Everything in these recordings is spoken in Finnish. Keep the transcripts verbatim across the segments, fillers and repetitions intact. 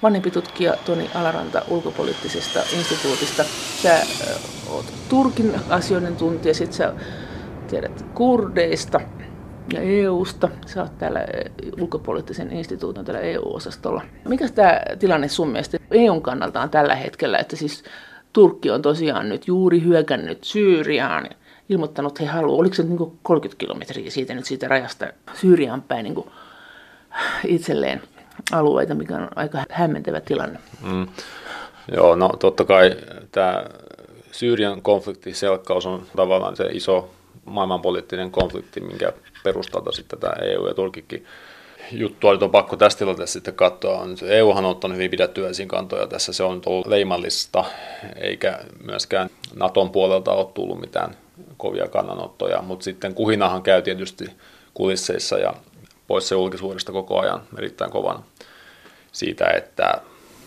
vanhempi tutkija Toni Alaranta ulkopoliittisesta instituutista. Sä oot Turkin asioiden tuntija, sit sä tiedät kurdeista ja E U:sta. Sä oot täällä ulkopoliittisen instituutin täällä E U-osastolla. Mikä tämä tilanne sun mielestä E U:n kannalta on tällä hetkellä, että siis Turkki on tosiaan nyt juuri hyökännyt Syyriaan, ilmoittanut, että he haluavat, oliko se niin kuin kolmekymmentä kilometriä siitä nyt siitä rajasta Syyriaan päin niin kuin itselleen alueita, mikä on aika hämmentävä tilanne. Mm. Joo, no totta kai tämä Syyrian konfliktiselkkaus on tavallaan se iso maailmanpoliittinen konflikti, minkä perustalta sitten tämä E U ja Turkkikin juttua nyt on pakko tässä tilanteessa sitten katsoa. E Uhan on ottanut hyvin pidättyväisiä kantoja tässä, se on ollut leimallista, eikä myöskään Naton puolelta ole tullut mitään kovia kannanottoja, mutta sitten kuhinahan käy tietysti kulisseissa ja poissa julkisuudesta koko ajan erittäin kovana siitä, että,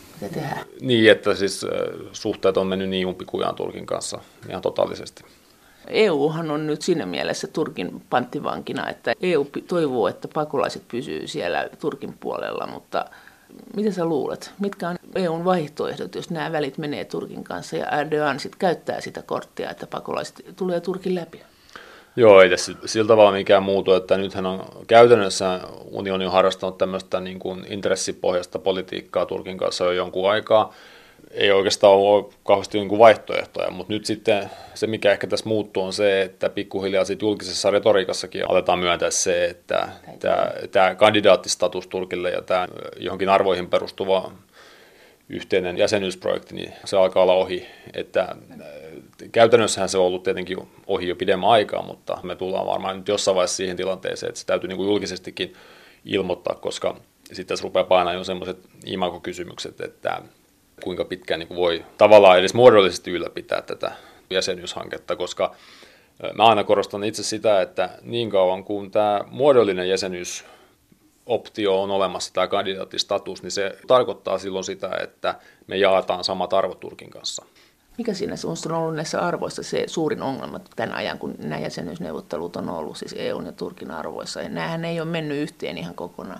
niin, että siis suhteet on mennyt niin umpikujaan Turkin kanssa ihan totaalisesti. E Uhan on nyt siinä mielessä Turkin panttivankina, että E U toivoo, että pakolaiset pysyy siellä Turkin puolella, mutta mitä sä luulet? Mitkä on E U:n vaihtoehdot, jos nämä välit menee Turkin kanssa ja Erdogan sitten käyttää sitä korttia, että pakolaiset tulee Turkin läpi? Joo, ei tässä sillä tavalla mikään muutu, että nythän on käytännössä unioni on harrastanut tämmöistä niin kuin intressipohjaista politiikkaa Turkin kanssa jo jonkun aikaa. Ei oikeastaan ole kauheasti niin kuin vaihtoehtoja, mutta nyt sitten se, mikä ehkä tässä muuttuu, on se, että pikkuhiljaa sit julkisessa retoriikassakin aletaan myöntää se, että tämä, tämä kandidaattistatus Turkille ja tämä johonkin arvoihin perustuva yhteinen jäsenyysprojekti, niin se alkaa olla ohi. Että käytännössähän se on ollut tietenkin ohi jo pidemmän aikaa, mutta me tullaan varmaan nyt jossain vaiheessa siihen tilanteeseen, että se täytyy niin kuin julkisestikin ilmoittaa, koska sitten se rupeaa painaa jo sellaiset imagokysymykset, että kuinka pitkään niin kuin voi tavallaan edes muodollisesti ylläpitää tätä jäsenyyshanketta, koska mä aina korostan itse sitä, että niin kauan kuin tämä muodollinen jäsenyysoptio on olemassa, tämä kandidaattistatus, niin se tarkoittaa silloin sitä, että me jaetaan samat arvot Turkin kanssa. Mikä siinä on ollut näissä arvoissa se suurin ongelma tämän ajan, kun nämä jäsenyysneuvottelut on ollut, siis E U:n ja Turkin arvoissa, ja nämähän ei ole mennyt yhteen ihan kokonaan?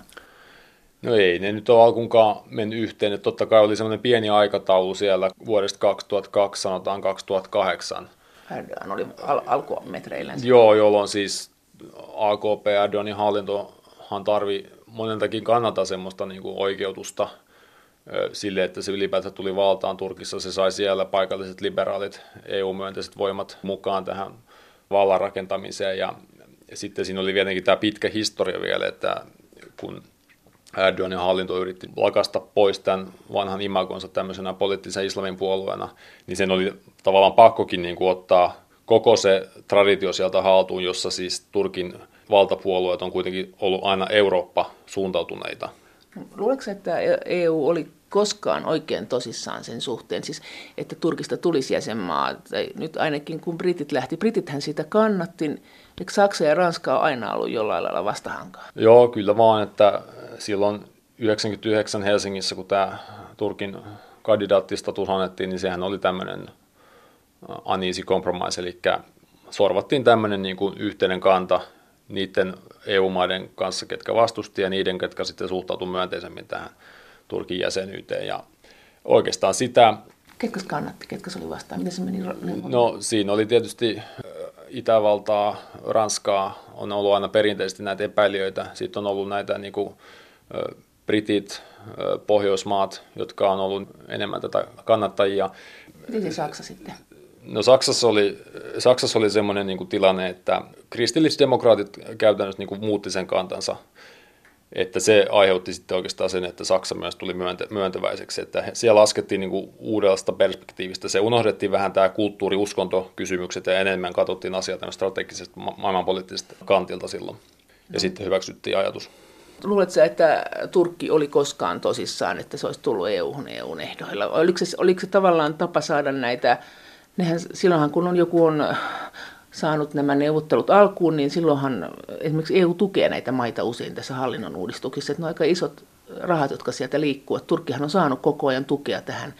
No ei, ne nyt on alkuunkaan mennyt yhteen, että totta kai oli semmoinen pieni aikataulu siellä vuodesta kaksituhattakaksi, sanotaan kaksituhattakahdeksan. Erdogan oli al- alkumetreillä. Joo, jolloin siis A K P, Erdoganin hallintohan tarvi moneltakin kannalta semmoista niin kuin oikeutusta sille, että se ylipäätään tuli valtaan Turkissa. Se sai siellä paikalliset liberaalit, E U-myönteiset voimat mukaan tähän vallan rakentamiseen. Ja, ja sitten siinä oli tietenkin tämä pitkä historia vielä, että kun Erdoganin hallinto yritti lakasta pois tämän vanhan imagonsa tämmöisenä poliittisen islamin puolueena, niin sen oli tavallaan pakkokin niin kuin ottaa koko se traditio sieltä haltuun, jossa siis Turkin valtapuolueet on kuitenkin ollut aina Eurooppa-suuntautuneita. Luuletko, että E U oli koskaan oikein tosissaan sen suhteen, siis että Turkista tulisi jäsenmaa, tai nyt ainakin kun britit lähti, britithän sitä kannatti, eikö Saksa ja Ranska on aina ollut jollain lailla vastahankaa? Joo, kyllä vaan, että silloin yhdeksänkymmentäyhdeksän Helsingissä, kun tämä Turkin kandidaattistatus annettiin, niin sehän oli tämmöinen uneasy compromise, eli sorvattiin tämmöinen niin kuin yhteinen kanta niiden E U-maiden kanssa, ketkä vastusti, ja niiden, ketkä sitten suhtautuivat myönteisemmin tähän Turkin jäsenyyteen. Ja oikeastaan sitä... Ketkä kannatti, ketkä se oli vastaan? Miten se meni? No siinä oli tietysti Itävaltaa, Ranskaa, on ollut aina perinteisesti näitä epäilijöitä. Sitten on ollut näitä niin kuin, britit, Pohjoismaat, jotka on ollut enemmän tätä kannattajia. Miten se Saksa sitten? No Saksassa oli, Saksassa oli semmoinen niin kuin tilanne, että kristillisdemokraatit käytännössä niin kuin muutti sen kantansa, että se aiheutti sitten oikeastaan sen, että Saksa myös tuli myönte, myöntäväiseksi, että siellä laskettiin niin kuin uudesta perspektiivistä, se unohdettiin vähän tämä kulttuuri-uskontokysymykset ja enemmän katsottiin asiaa tämän strategisesta ma- maailmanpoliittisesta kantilta silloin ja no. Sitten hyväksyttiin ajatus. Luuletko, että Turkki oli koskaan tosissaan, että se olisi tullut E U-hun E U:n ehdoilla? Oliko se, oliko se tavallaan tapa saada näitä, nehän, silloinhan kun on joku on saanut nämä neuvottelut alkuun, niin silloinhan esimerkiksi E U tukee näitä maita usein tässä hallinnon uudistuksessa, että ne on aika isot rahat, jotka sieltä liikkuu. Että Turkkihan on saanut koko ajan tukea tähän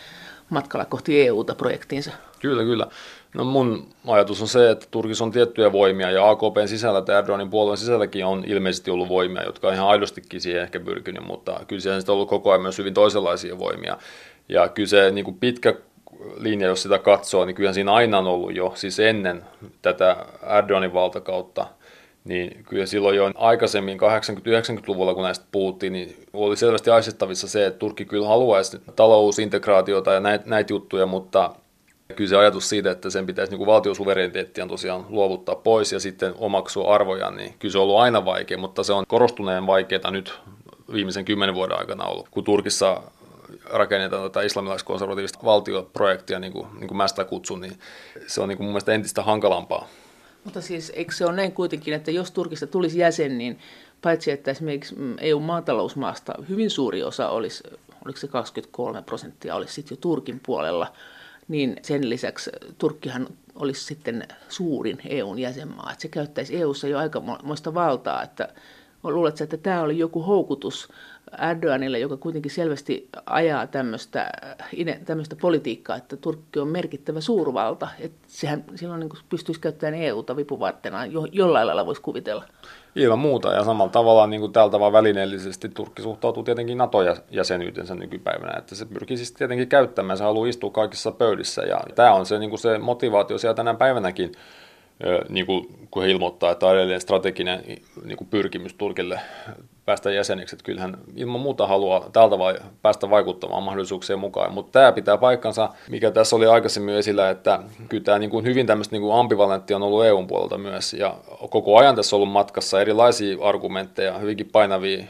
matkalla kohti E U:ta projektiinsa? Kyllä, kyllä. No mun ajatus on se, että Turkissa on tiettyjä voimia ja A K P:n sisällä tai Erdoganin puolueen sisälläkin on ilmeisesti ollut voimia, jotka on ihan aidostikin siihen ehkä pyrkinyt, mutta kyllä siellä on ollut koko ajan myös hyvin toisenlaisia voimia. Ja kyllä se niin kuin pitkä linja, jos sitä katsoo, niin kyllähän siinä aina on ollut jo, siis ennen tätä Erdoganin valtakautta, niin kyllä silloin jo aikaisemmin kahdeksankymmentä-yhdeksänkymmentäluvulla, kun näistä puhuttiin, niin oli selvästi aistettavissa se, että Turkki kyllä haluaisi talousintegraatiota ja näitä, näitä juttuja, mutta kyllä se ajatus siitä, että sen pitäisi niin kuin valtiosuvereniteettia tosiaan luovuttaa pois ja sitten omaksua arvoja, niin kyllä se on ollut aina vaikea, mutta se on korostuneen vaikeaa nyt viimeisen kymmenen vuoden aikana ollut, kun Turkissa rakennetaan tätä islamilais-konservatiivista valtioprojektia, niin kuin, niin kuin mä sitä kutsun, niin se on niin kuin mun mielestä entistä hankalampaa. Mutta siis eikö se ole näin kuitenkin, että jos Turkista tulisi jäsen, niin paitsi että esimerkiksi E U-maatalousmaasta hyvin suuri osa olisi, oliko se kaksikymmentäkolme prosenttia, olisi sitten jo Turkin puolella, niin sen lisäksi Turkkihan olisi sitten suurin E U:n jäsenmaa, että se käyttäisi E U:ssa jo aikamoista valtaa, että luuletko, että tämä oli joku houkutus Erdoganille, joka kuitenkin selvästi ajaa tämmöistä, tämmöistä politiikkaa, että Turkki on merkittävä suurvalta, että sehän silloin niin pystyisi käyttämään E U:ta vipuvartena, jo, jollain lailla voisi kuvitella. Ilman muuta, ja samalla tavalla niin kuin tällä tavalla välineellisesti Turkki suhtautuu tietenkin NATO-jäsenyytensä nykypäivänä, että se pyrkii siis tietenkin käyttämään, se haluaa istua kaikissa pöydissä, ja tämä on se, niin kuin se motivaatio siellä tänä päivänäkin, niin kuin, kun he ilmoittaa, että on edelleen strateginen niin kuin pyrkimys Turkille päästä jäseneksi, että kyllähän ilman muuta haluaa tältä vai päästä vaikuttamaan mahdollisuuksien mukaan, mutta tämä pitää paikkansa, mikä tässä oli aikaisemmin esillä, että kyllä tämä niin kuin hyvin tämmöistä niin kuin ambivalenttia on ollut E U:n puolelta myös, ja koko ajan tässä on ollut matkassa erilaisia argumentteja, hyvinkin painavia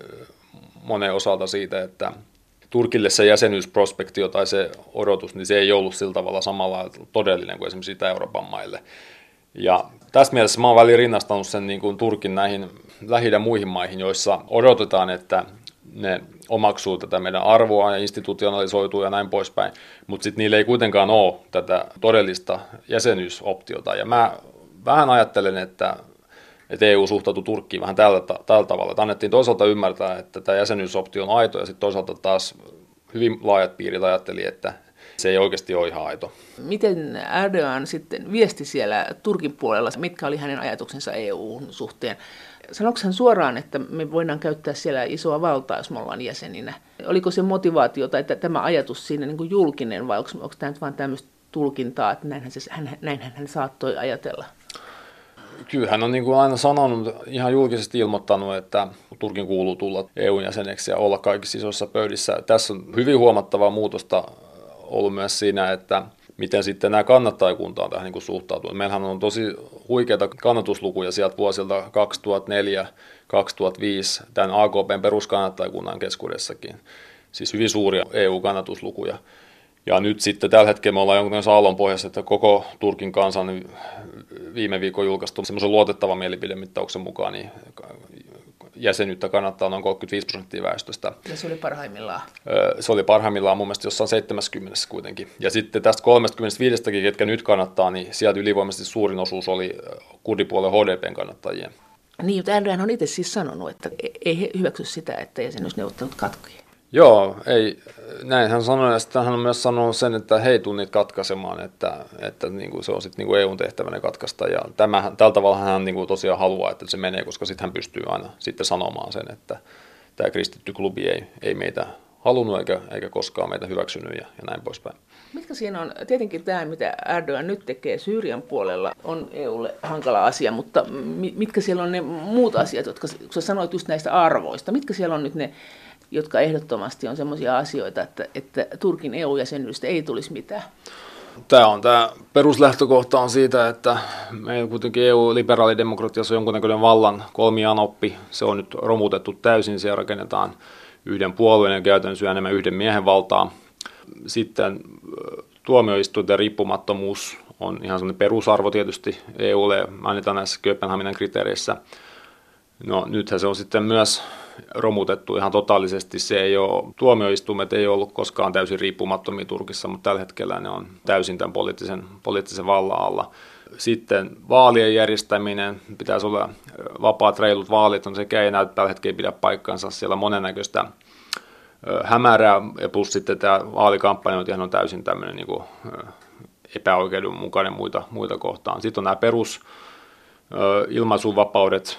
monen osalta siitä, että Turkille se jäsenyysprospektio tai se odotus, niin se ei ollut sillä tavalla samalla todellinen kuin esimerkiksi Itä-Euroopan maille. Ja tässä mielessä mä oon väliin rinnastanut sen niin kuin Turkin näihin Lähi-idän muihin maihin, joissa odotetaan, että ne omaksuu tätä meidän arvoa ja institutionalisoituu ja näin poispäin, mutta sitten niillä ei kuitenkaan ole tätä todellista jäsenyysoptiota. Ja mä vähän ajattelen, että, että E U suhtautui Turkkiin vähän tällä, tällä tavalla, että annettiin toisaalta ymmärtää, että tämä jäsenyysoptio on aito, ja sitten toisaalta taas hyvin laajat piirit ajatteli, että se ei oikeasti ole ihan aito. Miten Erdogan sitten viesti siellä Turkin puolella, mitkä oli hänen ajatuksensa E U:n suhteen? Sanoiko hän suoraan, että me voidaan käyttää siellä isoa valtaa, jos me ollaan jäseninä? Oliko se motivaatio tai tämä ajatus siinä niin kuin julkinen, vai onko, onko tämä nyt vain tämmöistä tulkintaa, että näinhän, se, hän, näinhän hän saattoi ajatella? Kyllä hän on niin kuin aina sanonut, ihan julkisesti ilmoittanut, että Turkin kuuluu tulla E U:n jäseneksi ja olla kaikissa isoissa pöydissä. Tässä on hyvin huomattavaa muutosta ollut myös siinä, että miten sitten nämä kannattajakunta on tähän niin kuin suhtautunut. Meillähän on tosi huikeita kannatuslukuja sieltä vuosilta kaksituhattaneljä kaksituhattaviisi tämän A K P:n peruskannattajakunnan keskuudessakin. Siis hyvin suuria E U-kannatuslukuja. Ja nyt sitten tällä hetkellä me ollaan jonkinlaisen aallon pohjassa, että koko Turkin kansan viime viikon julkaistu semmoisen luotettavan mielipidemittauksen mukaan, niin jäsenyyttä kannattaa noin kolmekymmentäviisi prosenttia väestöstä. Ja se oli parhaimmillaan? Se oli parhaimmillaan mun mielestä jossain seitsemänkymmentä kuitenkin. Ja sitten tästä kolmekymmentäviisi, ketkä nyt kannattaa, niin sieltä ylivoimaisesti suurin osuus oli kurdipuolen H D P:n kannattajien. Niin, mutta Erdogan on itse siis sanonut, että ei hyväksy sitä, että jäsenyysneuvottelut katkii. Joo, ei, näin hän sanoi, ja sitten hän on myös sanonut sen, että he ei tule niitä katkaisemaan, että, että niin kuin se on sitten niin kuin E U:n tehtävänä katkaista, ja tämä, tällä tavalla hän niin kuin tosiaan haluaa, että se menee, koska sitten hän pystyy aina sitten sanomaan sen, että tämä kristitty klubi ei, ei meitä halunnut eikä, eikä koskaan meitä hyväksynyt ja, ja näin poispäin. Mitkä siinä on, tietenkin tämä, mitä Erdogan nyt tekee Syyrian puolella, on E U:lle hankala asia, mutta mitkä siellä on ne muut asiat, jotka, kun sä sanoit just näistä arvoista, mitkä siellä on nyt ne, jotka ehdottomasti on sellaisia asioita, että, että Turkin E U-jäsenyydestä ei tulisi mitään? Tämä on tämä peruslähtökohta on siitä, että meillä kuitenkin E U-liberaalidemokratiassa on jonkunnäköinen vallan kolmianoppi. Se on nyt romutettu täysin, siellä rakennetaan yhden puolueen ja käytännössä enemmän yhden miehen valtaa. Sitten tuomioistuinten riippumattomuus on ihan sellainen perusarvo tietysti E U:lle, mainitaan näissä Kööpenhaminan kriteereissä. No nythän se on sitten myös romutettu ihan totaalisesti. Se ei ole, tuomioistuimet ei ole ollut koskaan täysin riippumattomia Turkissa, mutta tällä hetkellä ne on täysin tämän poliittisen, poliittisen vallan alla. Sitten vaalien järjestäminen, pitäisi olla vapaat reilut vaalit, on sekä ei näy tällä hetkellä pidä paikkansa. Siellä on monennäköistä hämärää, ja plus sitten tämä vaalikampanjointihan on täysin tämmöinen niin kuin epäoikeudenmukainen muita, muita kohtaan. Sitten on nämä perus ilmaisuvapaudet,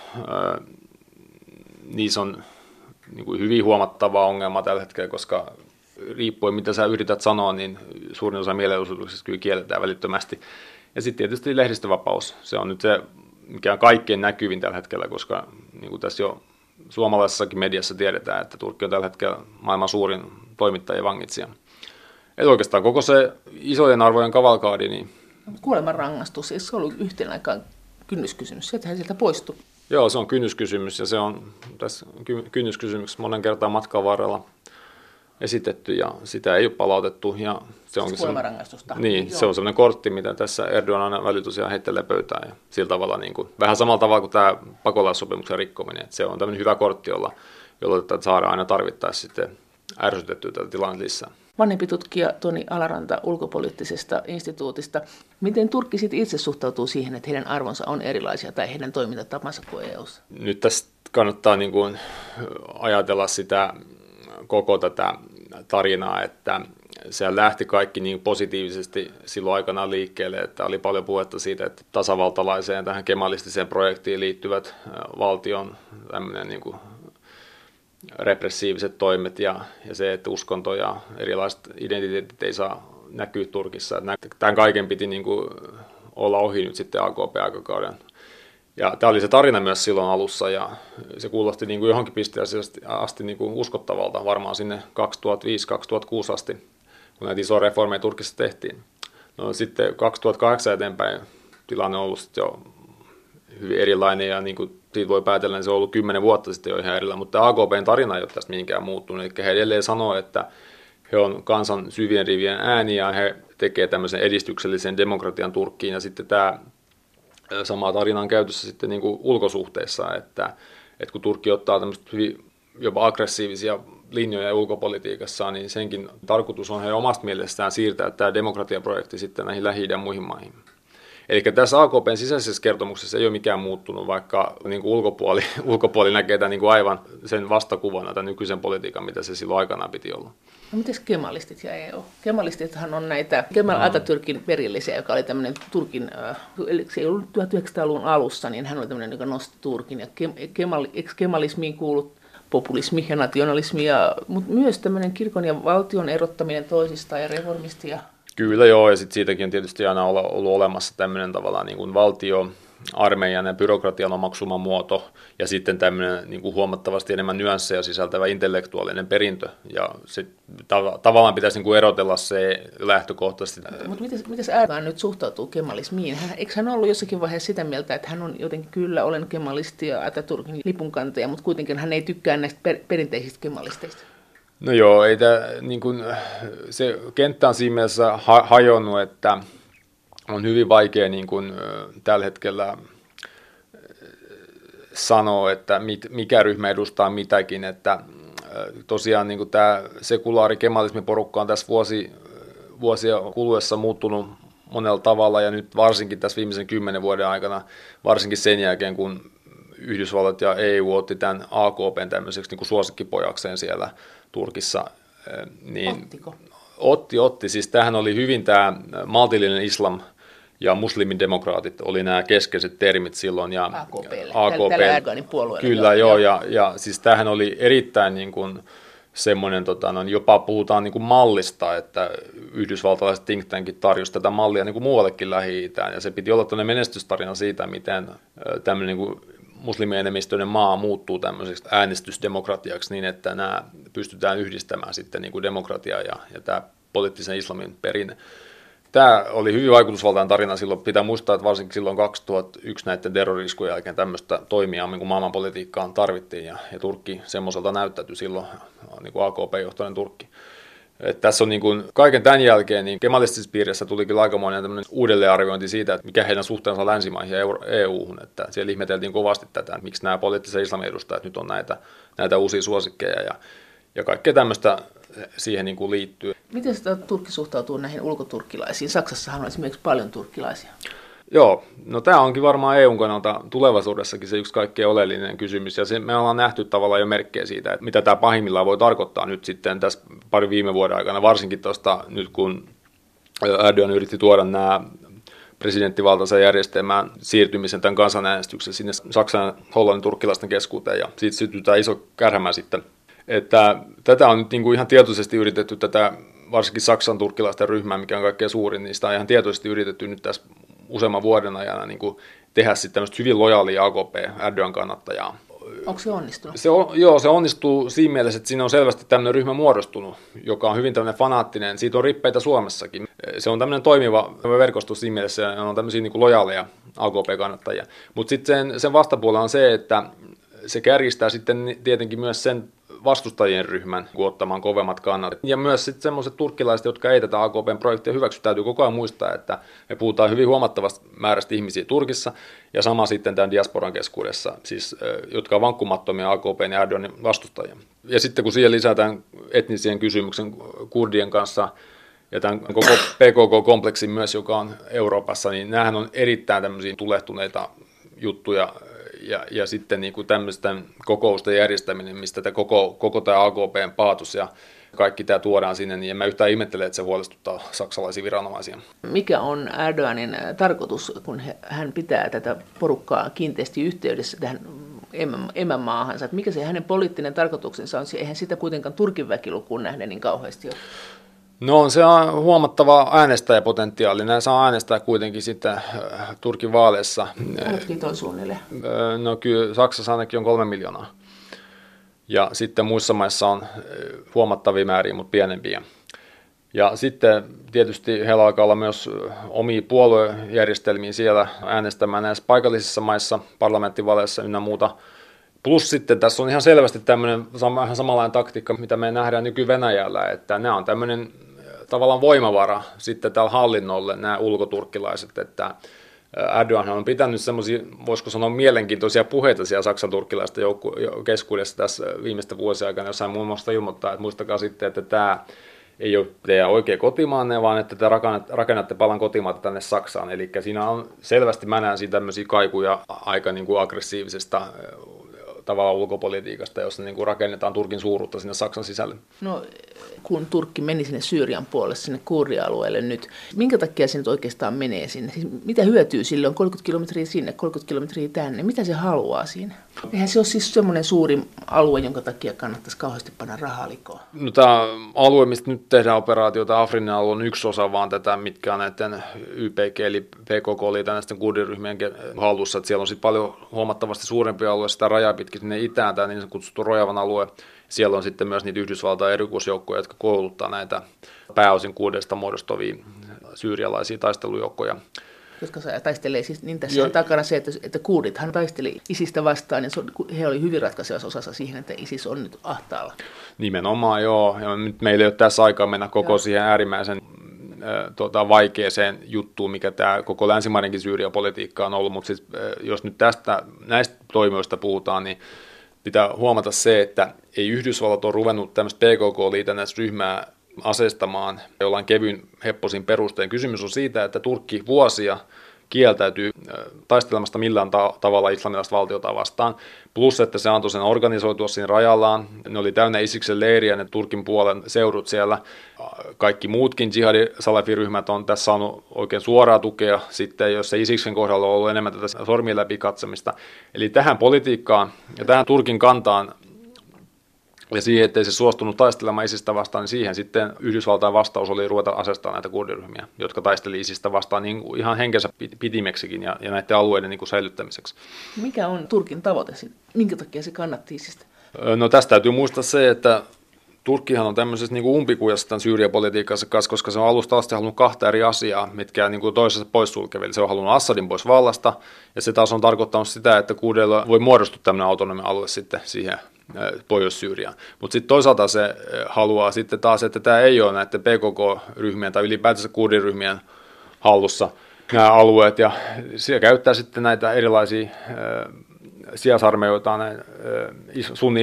niissä on niin kuin hyvin huomattava ongelma tällä hetkellä, koska riippuen mitä sä yrität sanoa, niin suurin osa mielenosoituksista kyllä kielletään välittömästi. Ja sitten tietysti lehdistövapaus, se on nyt se, mikä on kaikkein näkyvin tällä hetkellä, koska niin kuin tässä jo suomalaisessakin mediassa tiedetään, että Turkki on tällä hetkellä maailman suurin toimittaja ja vangitsija. Eli oikeastaan koko se isojen arvojen kavalkaadi. Niin kuolemanrangaistus, eikö se ollut yhteen aikaan kynnyskysymys? Sieltähän sieltä poistui. Joo, se on kynnyskysymys, ja se on tässä kynnyskysymyksessä monen kertaa matkan varrella esitetty, ja sitä ei ole palautettu. Ja se onkin kuolemanrangaistusta. Niin, Joo. se on sellainen kortti, mitä tässä Erdogan aina välillä tosiaan heittelee pöytään, ja sillä tavalla niin kuin, vähän samalla tavalla kuin tämä pakolaissopimuksen rikkominen, että se on tämmöinen hyvä kortti, jolla, jolla saadaan aina tarvittaessa sitten ärsytettyä tätä tilannetta lisää. Vanhempi tutkija Toni Alaranta ulkopoliittisesta instituutista. Miten Turkki sitten itse suhtautuu siihen, että heidän arvonsa on erilaisia tai heidän toimintatapansa kuin E U:ssa? Nyt tässä kannattaa niin kuin ajatella sitä koko tätä tarinaa, että se lähti kaikki niin positiivisesti silloin aikanaan liikkeelle, että oli paljon puhetta siitä, että tasavaltalaiseen tähän kemalistiseen projektiin liittyvät valtion tämmöinen niin kuin repressiiviset toimet ja, ja se, että uskonto ja erilaiset identiteetit ei saa näkyä Turkissa. Tämän kaiken piti niin kuin olla ohi nyt sitten A K P-aikakauden. Ja tämä oli se tarina myös silloin alussa, ja se kuulosti niin kuin johonkin pisteeseen asti niin kuin uskottavalta, varmaan sinne kaksituhattaviisi kaksituhattakuusi asti, kun näitä isoja reformeja Turkissa tehtiin. No sitten kaksituhattakahdeksan eteenpäin tilanne on ollut sitten jo hyvin erilainen, ja niin kuin siitä voi päätellä, että se on ollut kymmenen vuotta sitten jo ihan erillä, mutta A K P:n tarina ei ole tästä mihinkään muuttunut. Eli he edelleen sanoo, että he on kansan syvien rivien ääni, ja he tekevät tämmöisen edistyksellisen demokratian Turkkiin, ja sitten tämä sama tarina on käytössä sitten niin kuin ulkosuhteissa, että, että kun Turkki ottaa tämmöistä hyvin jopa aggressiivisia linjoja ulkopolitiikassa, niin senkin tarkoitus on heidän omasta mielestään siirtää tämä demokratiaprojekti sitten näihin Lähi-idän muihin maihin. Eli tässä A K P:n sisäisessä kertomuksessa ei ole mikään muuttunut, vaikka niin kuin ulkopuoli, ulkopuoli näkee tämän niin kuin aivan sen vastakuvana tämän nykyisen politiikan, mitä se silloin aikanaan piti olla. No miten kemalistit ja E U? Kemalistithan on näitä Kemal Atatürkin perillisiä, joka oli tämmöinen Turkin, äh, se ei ollut tuhatyhdeksänsataaluvun alussa, niin hän oli tämmöinen, joka nosti Turkin. Ja kemal, kemalismiin kuulut populismi ja nationalismi, ja, mutta myös tämmöinen kirkon ja valtion erottaminen toisistaan ja reformisti ja Kyllä joo, ja sitten siitäkin on tietysti aina ollut olemassa tämmöinen tavallaan niin kuin valtio, armeijan ja byrokratian omaksuma muoto, ja sitten tämmöinen niin kuin huomattavasti enemmän nyansseja sisältävä intellektuaalinen perintö, ja se tav- tavallaan pitäisi niin kuin erotella se lähtökohtaisesti. Mutta miten, miten Erdogan nyt suhtautuu kemalismiin? Hän, eikö hän ollut jossakin vaiheessa sitä mieltä, että hän on jotenkin kyllä, olen kemalisti ja Atatürkin lipunkantaja, mutta kuitenkin hän ei tykkää näistä per- perinteisistä kemalisteista? No joo, ei tää, niin kun, se kenttä on siinä mielessä ha- hajonnut, että on hyvin vaikea niin kun, tällä hetkellä sanoa, että mit, mikä ryhmä edustaa mitäkin. Että, tosiaan niin tämä sekulaari kemalismiporukka on tässä vuosi, vuosia kuluessa muuttunut monella tavalla, ja nyt varsinkin tässä viimeisen kymmenen vuoden aikana, varsinkin sen jälkeen, kun Yhdysvallat ja E U otti tämän A K P:n tämmöiseksi niin kuin suosikkipojakseen siellä Turkissa. Niin Ottiko? Otti, otti. Siis tämähän oli hyvin tämä maltillinen islam ja muslimidemokraatit oli nämä keskeiset termit silloin. Ja A K P:lle, A K P, tällä Erdoganin puolueella. Kyllä joo, ja, ja siis tämähän oli erittäin niin kuin semmoinen, tota, no, jopa puhutaan niin kuin mallista, että yhdysvaltalaiset think tankit tarjosi tätä mallia niin kuin muuallekin Lähi-Itään, ja se piti olla tämmöinen menestystarina siitä, miten tämmöinen niin kuin muslimienemmistöinen maa muuttuu tämmöiseksi äänestysdemokratiaksi niin, että nämä pystytään yhdistämään sitten niin kuin demokratia ja, ja tämä poliittisen islamin perinne. Tämä oli hyvin vaikutusvaltainen tarina silloin. Pitää muistaa, että varsinkin silloin kaksituhattayksi näiden terroriskujen jälkeen tämmöistä toimijaa niin kuin maailmanpolitiikkaan tarvittiin, ja, ja Turkki semmoiselta näyttäytyi silloin, niin kuin A K P-johtoinen Turkki. Et tässä on niin kuin, kaiken tämän jälkeen niin kemalistisessa piirissä tuli kyllä aikamoinen tämmöinen uudelleenarviointi siitä, että mikä heidän suhteensa länsimaihin ja E U-hun. Että siellä ihmeteltiin kovasti tätä, että miksi nämä poliittisen islamin edustajat nyt on näitä, näitä uusia suosikkeja, ja, ja kaikkea tämmöistä siihen niin kuin liittyy. Miten sitä Turkki suhtautuu näihin ulkoturkkilaisiin? Saksassahan on esimerkiksi paljon turkkilaisia. Joo, no tämä onkin varmaan E U:n kannalta tulevaisuudessakin se yksi kaikkein oleellinen kysymys, ja se, me ollaan nähty tavallaan jo merkkejä siitä, että mitä tämä pahimmillaan voi tarkoittaa nyt sitten tässä pari viime vuoden aikana, varsinkin tuosta nyt kun Erdogan yritti tuoda nämä presidenttivaltaisen järjestelmään siirtymisen tämän kansanäänestyksen sinne Saksan, Hollannin, turkkilaisten keskuuteen, ja siitä sytyy tämä iso kärhämä sitten. Että tätä on nyt niin kuin ihan tietoisesti yritetty, tätä varsinkin Saksan turkkilaisten ryhmää, mikä on kaikkein suurin, niin sitä on ihan tietoisesti yritetty nyt tässä useamman vuoden ajana niin kuin tehdä sitten tämmöistä hyvin lojaalia A K P Erdogan kannattajaa. Onko se onnistunut? Se on, joo, se onnistuu siinä mielessä, että siinä on selvästi tämmöinen ryhmä muodostunut, joka on hyvin tämmöinen fanaattinen. Siitä on rippeitä Suomessakin. Se on tämmöinen toimiva verkosto siinä mielessä, ja on tämmöisiä niin kuin lojaaleja A K P-kannattajia. Mutta sitten sen, sen vastapuolella on se, että se kärjistää sitten tietenkin myös sen vastustajien ryhmän ottamaan kovemmat kannat. Ja myös sitten semmoiset turkkilaiset, jotka ei tätä A K P:n projektia hyväksy, täytyy koko ajan muistaa, että me puhutaan hyvin huomattavasta määrästä ihmisiä Turkissa, ja sama sitten tämän diasporan keskuudessa, siis, jotka on vankkumattomia A K P:n ja Erdoganin vastustajia. Ja sitten kun siihen lisätään etnisen kysymyksen kurdien kanssa, ja tämän koko P K K-kompleksin myös, joka on Euroopassa, niin näähän on erittäin tämmöisiä tulehtuneita juttuja, Ja, ja sitten niin kuin tämmöisten kokousten järjestäminen, mistä tämä koko, koko tämä A K P:n paatos ja kaikki tämä tuodaan sinne, niin en mä yhtään ihmettele, että se huolestuttaa saksalaisia viranomaisia. Mikä on Erdoganin tarkoitus, kun hän pitää tätä porukkaa kiinteästi yhteydessä tähän emämaahansa? Mikä se hänen poliittinen tarkoituksensa on? Eihän sitä kuitenkaan Turkin väkilukuun nähden niin kauheasti ole. No se on huomattava äänestäjäpotentiaali. Nämä saa äänestää kuitenkin sitten Turkin vaaleissa. Oletkin on suunnilleen? No kyllä Saksassa ainakin on kolme miljoonaa. Ja sitten muissa maissa on huomattavia määriä, mutta pienempiä. Ja sitten tietysti heillä alkaa olla myös omia puoluejärjestelmiä siellä äänestämään näissä paikallisissa maissa, parlamenttivaaleissa ynnä muuta. Plus sitten tässä on ihan selvästi tämmöinen vähän samanlainen taktiikka, mitä me nähdään nyky-Venäjällä, että nämä on tämmöinen tavallaan voimavara sitten tällä hallinnolle, nämä ulkoturkkilaiset, että Erdogan on pitänyt semmoisia, voisiko sanoa, mielenkiintoisia puheita siellä Saksan turkkilaisten joukku- keskuudessa tässä viimeisten vuosien aikana, jossain muun muassa ilmoittaa, että muistakaa sitten, että tämä ei ole teidän oikea kotimaanne, vaan että te rakennatte palan kotimaata tänne Saksaan. Eli siinä on selvästi, mä näen siinä tämmöisiä kaikuja aika niin kuin aggressiivisesta tavallaan ulkopolitiikasta, jossa niin kuin rakennetaan Turkin suuruutta sinne Saksan sisälle. No, kun Turkki meni sinne Syyrian puolelle, sinne kurdialueelle nyt, minkä takia se nyt oikeastaan menee sinne? Siis mitä hyötyy sille? On kolmekymmentä kilometriä sinne, kolmekymmentä kilometriä tänne. Mitä se haluaa siinä? Eihän se ole siis semmoinen suuri alue, jonka takia kannattaisi kauheasti panna rahaa likoon. No, tämä alue, mistä nyt tehdään operaatiota, Afrinin alue on yksi osa vaan tätä, mitkä on näiden Y P G eli P K K eli näiden kurdiryhmien hallussa. Että siellä on sitten paljon huomattavasti suurempia alueita, sitä rajaa pitkin sinne itään, tämä niin kutsuttu Rojavan alue. Siellä on sitten myös niitä Yhdysvaltain erikoisjoukkoja, jotka kouluttaa näitä pääosin kuudesta muodostuvia syyrialaisia taistelujoukkoja. Jotka taistelee, siis niin tässä jo on takana se, että, että kurdithan taisteli ISISistä vastaan, ja he oli hyvin ratkaisevassa osassa siihen, että ISIS on nyt ahtaalla. Nimenomaan, joo. Ja nyt meillä ei ole tässä aikaa mennä koko joo. siihen äärimmäisen äh, tuota, vaikeaseen juttuun, mikä tämä koko länsimaidenkin Syyria-politiikka on ollut, mutta siis, äh, jos nyt tästä, näistä toimijoista puhutaan, niin pitää huomata se, että ei Yhdysvallat ole ruvennut tämmöistä P K K-liitännäisryhmää aseistamaan jollain kevyin hepposin perusteen. Kysymys on siitä, että Turkki vuosia kieltäytyy taistelemasta millään ta- tavalla islamilaista valtiota vastaan, plus että se antoi sen organisoitua siinä rajallaan. Ne oli täynnä Isiksen leiriä, ne Turkin puolen seudut siellä. Kaikki muutkin jihadi-salafiryhmät on tässä saanut oikein suoraa tukea, sitten jos se Isiksen kohdalla on ollut enemmän tätä sormien läpi katsomista. Eli tähän politiikkaan ja tähän Turkin kantaan ja siihen, ettei se suostunut taistelemaan ISISistä vastaan, niin siihen sitten Yhdysvaltain vastaus oli ruveta asestaa näitä kurdiryhmiä, jotka taisteli ISISistä vastaan niin ihan henkensä pitimeksikin ja, ja näiden alueiden niin kuin säilyttämiseksi. Mikä on Turkin tavoite? Minkä takia se kannatti ISISistä? No tästä täytyy muistaa se, että Turkkihan on tämmöisessä niin kuin umpikujassa tämän Syyria-politiikassa kanssa, koska se on alusta asti halunnut kahta eri asiaa, mitkä niin kuin toisessa poissulkeville. Se on halunnut Assadin pois vallasta, ja se taas on tarkoittanut sitä, että kurdeilla voi muodostua tämmöinen autonomia alue sitten siihen Pohjois-Syyriaan. Mutta sitten toisaalta se haluaa sitten taas, että tämä ei ole näiden P K K-ryhmien tai ylipäätänsä kurdiryhmien hallussa nämä alueet, ja siellä käyttää sitten näitä erilaisia äh, sijaisarmeijoita, äh,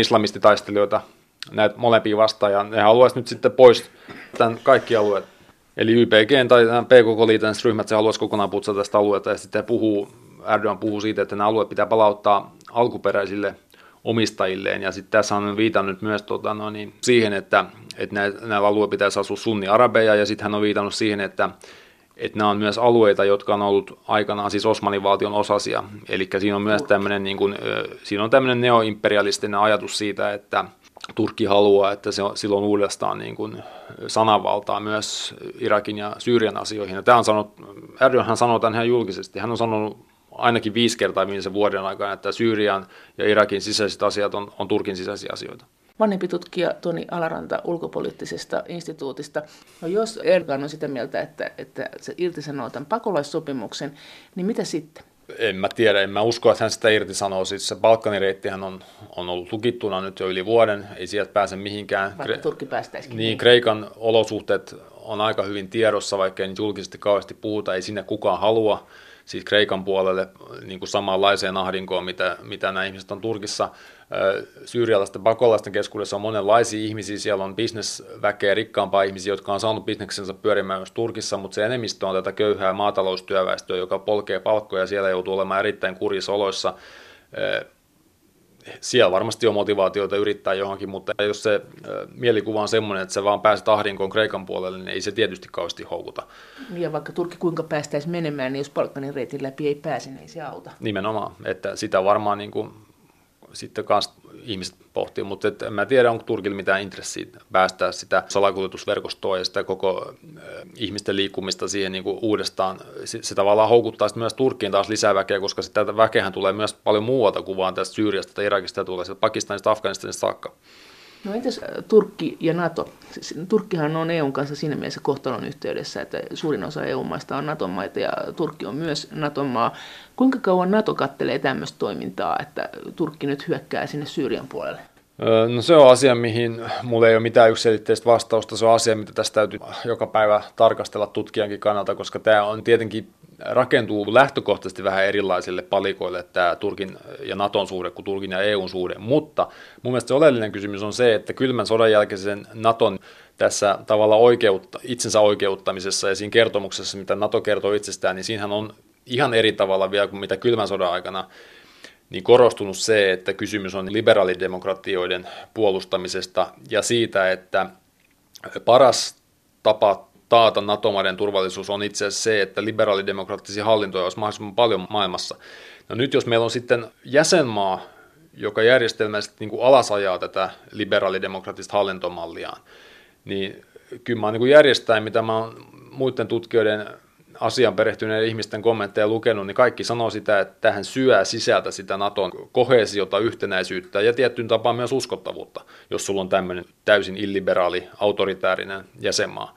sunni-islamistitaistelijoita, näitä molempia vastaan, ja ne haluaisi nyt sitten pois tämän kaikki alueet Eli Y P G tai P K K-liiton ryhmät, se haluaisi kokonaan putsata tästä alueelta, ja sitten puhuu, Erdogan puhuu siitä, että nämä alueet pitää palauttaa alkuperäisille omistajilleen, ja sitten tässä on viitannut myös tota, no niin, siihen, että, että näillä alueilla pitäisi asua sunni-arabeja, ja sitten hän on viitannut siihen, että, että nämä on myös alueita, jotka on ollut aikanaan siis Osmanin valtion osasia, eli siinä on myös tämmöinen, niin kuin, siinä on tämmöinen neoimperialistinen ajatus siitä, että Turkki haluaa, että se on silloin uudestaan niin kuin sananvaltaa myös Irakin ja Syyrian asioihin. Ja tämä on sanonut, Erdogan sanoo tämän ihan julkisesti. Hän on sanonut ainakin viisi kertaa viimeisen vuoden aikana, että Syyrian ja Irakin sisäiset asiat on, on Turkin sisäisiä asioita. Vanhempi tutkija Toni Alaranta ulkopoliittisesta instituutista. No jos Erdogan on sitä mieltä, että, että se irtisanoo tämän pakolaissopimuksen, niin mitä sitten? En mä tiedä, en mä usko, että hän sitä irtisanoo. Siis se Balkanireittihän on, on ollut tukittuna nyt jo yli vuoden, ei sieltä pääse mihinkään. Vaikka Turkki päästäisikin. Niin, Kreikan olosuhteet on aika hyvin tiedossa, vaikka ei nyt julkisesti kauheasti puhuta, ei sinne kukaan halua. Siis Kreikan puolelle niin kuin samanlaiseen ahdinkoon, mitä, mitä nämä ihmiset on Turkissa. Syyrialaisten pakolaisten keskuudessa on monenlaisia ihmisiä, siellä on bisnesväkeä, rikkaampaa ihmisiä, jotka on saanut bisneksensä pyörimään myös Turkissa, mutta se enemmistö on tätä köyhää maataloustyöväestöä, joka polkee palkkoja ja siellä joutuu olemaan erittäin kurjissa oloissa. Siellä varmasti on motivaatioita yrittää johonkin, mutta jos se mielikuva on semmoinen, että sä vaan pääset ahdinkoon Kreikan puolelle, niin ei se tietysti kauheasti houkuta. Ja vaikka Turkki kuinka päästäisi menemään, niin jos Balkanin reitin läpi ei pääse, niin ei se auta. Nimenomaan, että sitä varmaan niin kuin sitten kans ihmiset pohtii, mutta et en mä tiedä, onko Turkilla mitään intressiä päästää sitä salakuljetusverkostoa ja sitä koko äh, ihmisten liikkumista siihen niin kuin uudestaan. Se, se tavallaan houkuttaa sitten myös Turkkiin taas lisää väkeä, koska sitä väkehän tulee myös paljon muualta kuin vaan tästä Syyriasta tai Irakista, tulee sieltä Pakistanista, Afganistanista saakka. No entäs Turkki ja NATO? Turkkihan on E U:n kanssa siinä mielessä kohtalon yhteydessä, että suurin osa E U-maista on NATO-maita ja Turkki on myös NATO-maa. Kuinka kauan NATO kattelee tämmöistä toimintaa, että Turkki nyt hyökkää sinne Syyrian puolelle? No se on asia, mihin mulla ei ole mitään yksiselitteistä vastausta. Se on asia, mitä tästä täytyy joka päivä tarkastella tutkijankin kannalta, koska tämä on tietenkin rakentuu lähtökohtaisesti vähän erilaisille palikoille tämä Turkin ja Naton suhde kuin Turkin ja E U:n suhde, mutta mun mielestä se oleellinen kysymys on se, että kylmän sodan jälkeisen Naton tässä tavalla oikeutta, itsensä oikeuttamisessa ja siinä kertomuksessa, mitä NATO kertoo itsestään, niin siinähän on ihan eri tavalla vielä kuin mitä kylmän sodan aikana niin korostunut se, että kysymys on liberaalidemokratioiden puolustamisesta ja siitä, että paras tapa taata NATO-maiden turvallisuus on itse asiassa se, että liberaalidemokraattisia hallintoja olisi mahdollisimman paljon maailmassa. No nyt jos meillä on sitten jäsenmaa, joka järjestelmällisesti niin kuin alasajaa tätä liberaalidemokraattista hallintomalliaan, niin kyllä mä oon niin kuin järjestäen, mitä mä oon muiden tutkijoiden asian perehtyneiden ihmisten kommentteja lukenut, niin kaikki sanoo sitä, että tähän syö sisältä sitä Naton koheesiota, yhtenäisyyttä ja tiettyyn tapaan myös uskottavuutta, jos sulla on tämmöinen täysin illiberaali, autoritäärinen jäsenmaa.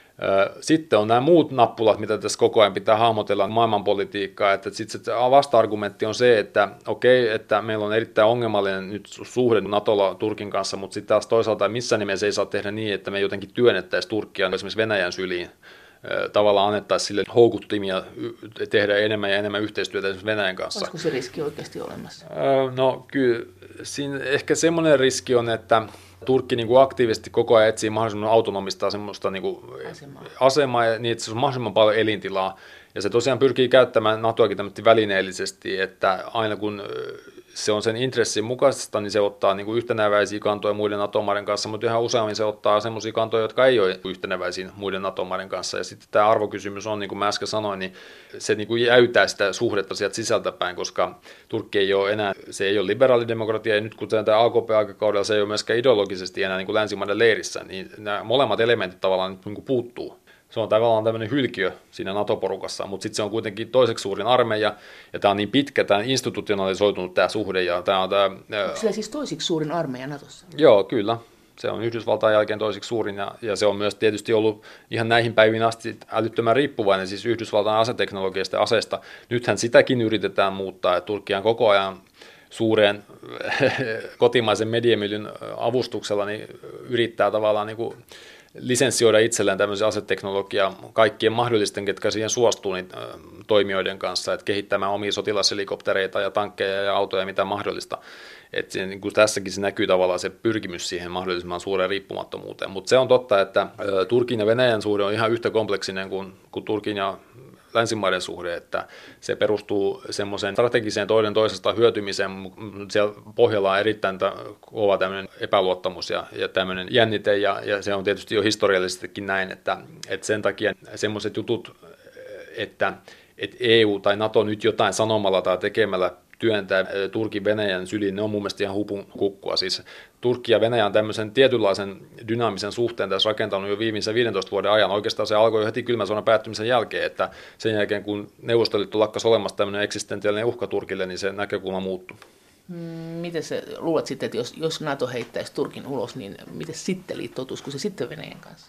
Sitten on nämä muut nappulat, mitä tässä koko ajan pitää hahmotella maailmanpolitiikkaa, että sitten se vasta-argumentti on se, että okei, että meillä on erittäin ongelmallinen nyt suhde Natolla Turkin kanssa, mutta sitten taas toisaalta missään nimessä ei saa tehdä niin, että me jotenkin työnnettäisiin Turkkia esimerkiksi Venäjän syliin, tavallaan annettaisiin sille houkuttimia tehdä enemmän ja enemmän yhteistyötä esimerkiksi Venäjän kanssa. Olisiko se riski oikeasti olemassa? No kyllä, siinä ehkä semmoinen riski on, että Turkki niin kuin aktiivisesti koko ajan etsii mahdollisimman autonomista semmoista niin kuin asemaa. asemaa ja niin, että se on mahdollisimman paljon elintilaa. Ja se tosiaan pyrkii käyttämään NATOakin tämmöisesti välineellisesti, että aina kun se on sen intressin mukaista, niin se ottaa niin kuin yhtenäväisiä kantoja muiden NATO-maiden kanssa, mutta yhä useammin se ottaa semmoisia kantoja, jotka ei ole yhtenäväisiä muiden NATO-maiden kanssa. Ja sitten tämä arvokysymys on, niin kuin mä äsken sanoin, niin se niin kuin jäytää sitä suhdetta sieltä sisältäpäin, koska Turkki ei ole enää, se ei ole liberaalidemokratia, ja nyt kun tämä A K P-aikakaudella se ei ole myöskään ideologisesti enää niin kuin länsimaiden leirissä, niin nämä molemmat elementit tavallaan niin kuin puuttuu. Se on tavallaan tämmöinen hylkiö siinä NATO-porukassa, mutta sitten se on kuitenkin toiseksi suurin armeija, ja tämä on niin pitkä, tämä on institutionalisoitunut tämä suhde. Ja tämä on tämä, onko sillä siis toisiksi suurin armeija NATOssa? Joo, kyllä. Se on Yhdysvaltain jälkeen toiseksi suurin, ja, ja se on myös tietysti ollut ihan näihin päiviin asti älyttömän riippuvainen siis Yhdysvaltain aseteknologiasta ja aseesta. Nythän sitäkin yritetään muuttaa, että Turkki on koko ajan suuren kotimaisen mediamyllyn avustuksella niin yrittää tavallaan niin kuin lisenssioida itselleen tämmöisen aseteknologiaa kaikkien mahdollisten, ketkä siihen suostuu niin, toimijoiden kanssa, että kehittämään omia sotilashelikoptereita ja tankkeja ja autoja, mitä mahdollista. Että se, niin kuin tässäkin se näkyy tavallaan se pyrkimys siihen mahdollisimman suureen riippumattomuuteen. Mutta se on totta, että Turkin ja Venäjän suhde on ihan yhtä kompleksinen kuin, kuin Turkin ja länsimaiden suhde, että se perustuu semmoiseen strategiseen toinen toisesta hyötymiseen. Siellä pohjalla on erittäin kova tämmöinen epäluottamus ja, ja tämmöinen jännite, ja, ja se on tietysti jo historiallisestikin näin, että, että sen takia semmoiset jutut, että, että E U tai NATO nyt jotain sanomalla tai tekemällä työntää Turkin Venäjän syliin, ne on mun mielestä ihan hupun kukkua. Siis Turkki ja Venäjä on tämmöisen tietynlaisen dynaamisen suhteen tässä rakentanut jo viimeisen viidentoista vuoden ajan. Oikeastaan se alkoi jo heti kylmän sodan päättymisen jälkeen, että sen jälkeen kun Neuvostoliitto lakkasi olemassa tämmöinen eksistentiaalinen uhka Turkille, niin se näkökulma muuttui. Miten sä luulet sitten, että jos, jos NATO heittäisi Turkin ulos, niin miten sitten liittoutuisiko se sitten Venäjän kanssa?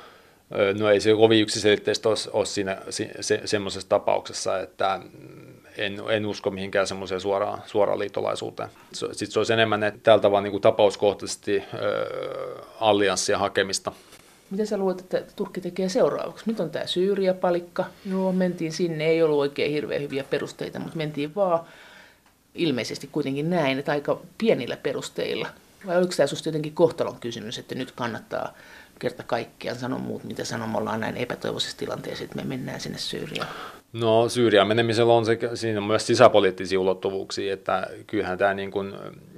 No ei se kovin yksiselitteistä ole, ole siinä se, se, semmoisessa tapauksessa, että en, en usko mihinkään semmoiseen suoraan, suoraan liittolaisuuteen. Sitten se olisi enemmän tältä vaan niin kuin tapauskohtaisesti äh, allianssia hakemista. Mitä sä luulet, että Turkki tekee seuraavaksi? Nyt on tämä Syyria-palikka. Joo, mentiin sinne, ei ollut oikein hirveän hyviä perusteita, mutta mentiin vaan ilmeisesti kuitenkin näin, että aika pienillä perusteilla. Vai oliko tämä susta jotenkin kohtalon kysymys, että nyt kannattaa kerta kaikkiaan sanoa muut, mitä sanomalla on näin epätoivoisessa tilanteessa, että me mennään sinne Syyriaan? No Syyriaan menemisellä on, se, siinä on myös sisäpoliittisia ulottuvuuksia, että kyllähän tämä niin kuin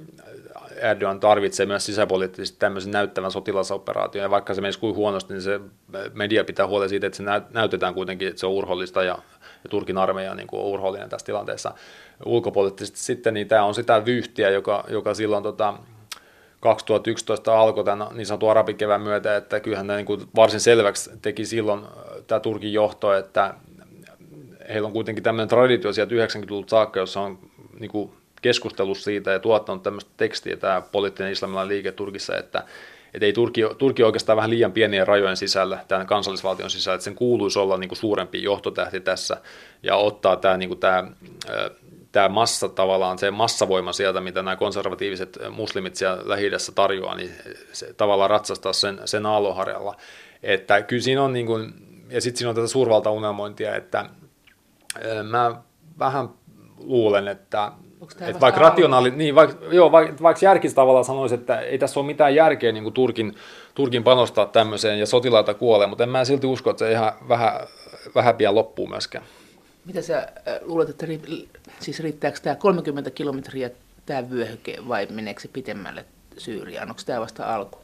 Erdogan tarvitsee myös sisäpoliittisesti tämmöisen näyttävän sotilasoperaation, ja vaikka se menisi kuin huonosti, niin se media pitää huolta siitä, että se näytetään kuitenkin, että se on urhoollista, ja, ja Turkin armeija niin kuin on urhoollinen tässä tilanteessa. Ulkopoliittisesti sitten, niin tämä on sitä vyyhtiä, joka, joka silloin tota, kaksituhattayksitoista alkoi tämän niin sanotun arabikevään myötä, että kyllähän tämä niin kuin varsin selväksi teki silloin tämä Turkin johto, että heillä on kuitenkin tämmöinen traditio sieltä yhdeksänkymmentäluvulta saakka, jossa on niin kuin keskustellut siitä ja tuottanut tämmöistä tekstiä, tämä poliittinen islamilainen liike Turkissa, että, että ei Turki, Turki oikeastaan vähän liian pienien rajojen sisällä, tämän kansallisvaltion sisällä, että sen kuuluisi olla niin kuin suurempi johtotähti tässä ja ottaa tämä, niin kuin tämä, tämä massa tavallaan, se massavoima sieltä, mitä nämä konservatiiviset muslimit siellä Lähi-idässä tarjoaa, niin se tavallaan ratsastaa sen, sen aallonharjalla. Että kyllä siinä on, niin kuin, ja sitten siinä on tätä suurvaltaunelmointia, että mä vähän luulen, että, että vaikka rationaali, niin vaikka, joo, vaikka, vaikka järkis tavallaan sanoisi, että ei tässä ole mitään järkeä niin kuin Turkin, Turkin panostaa tämmöiseen ja sotilaita kuolee, mutta en mä silti usko, että se ihan vähän, vähän pian loppuu myöskään. Mitä sä luulet, että ri, siis riittääkö tämä kolmekymmentä kilometriä tämä vyöhyke vai meneekö se pitemmälle Syyriaan? Onko tämä vasta alku?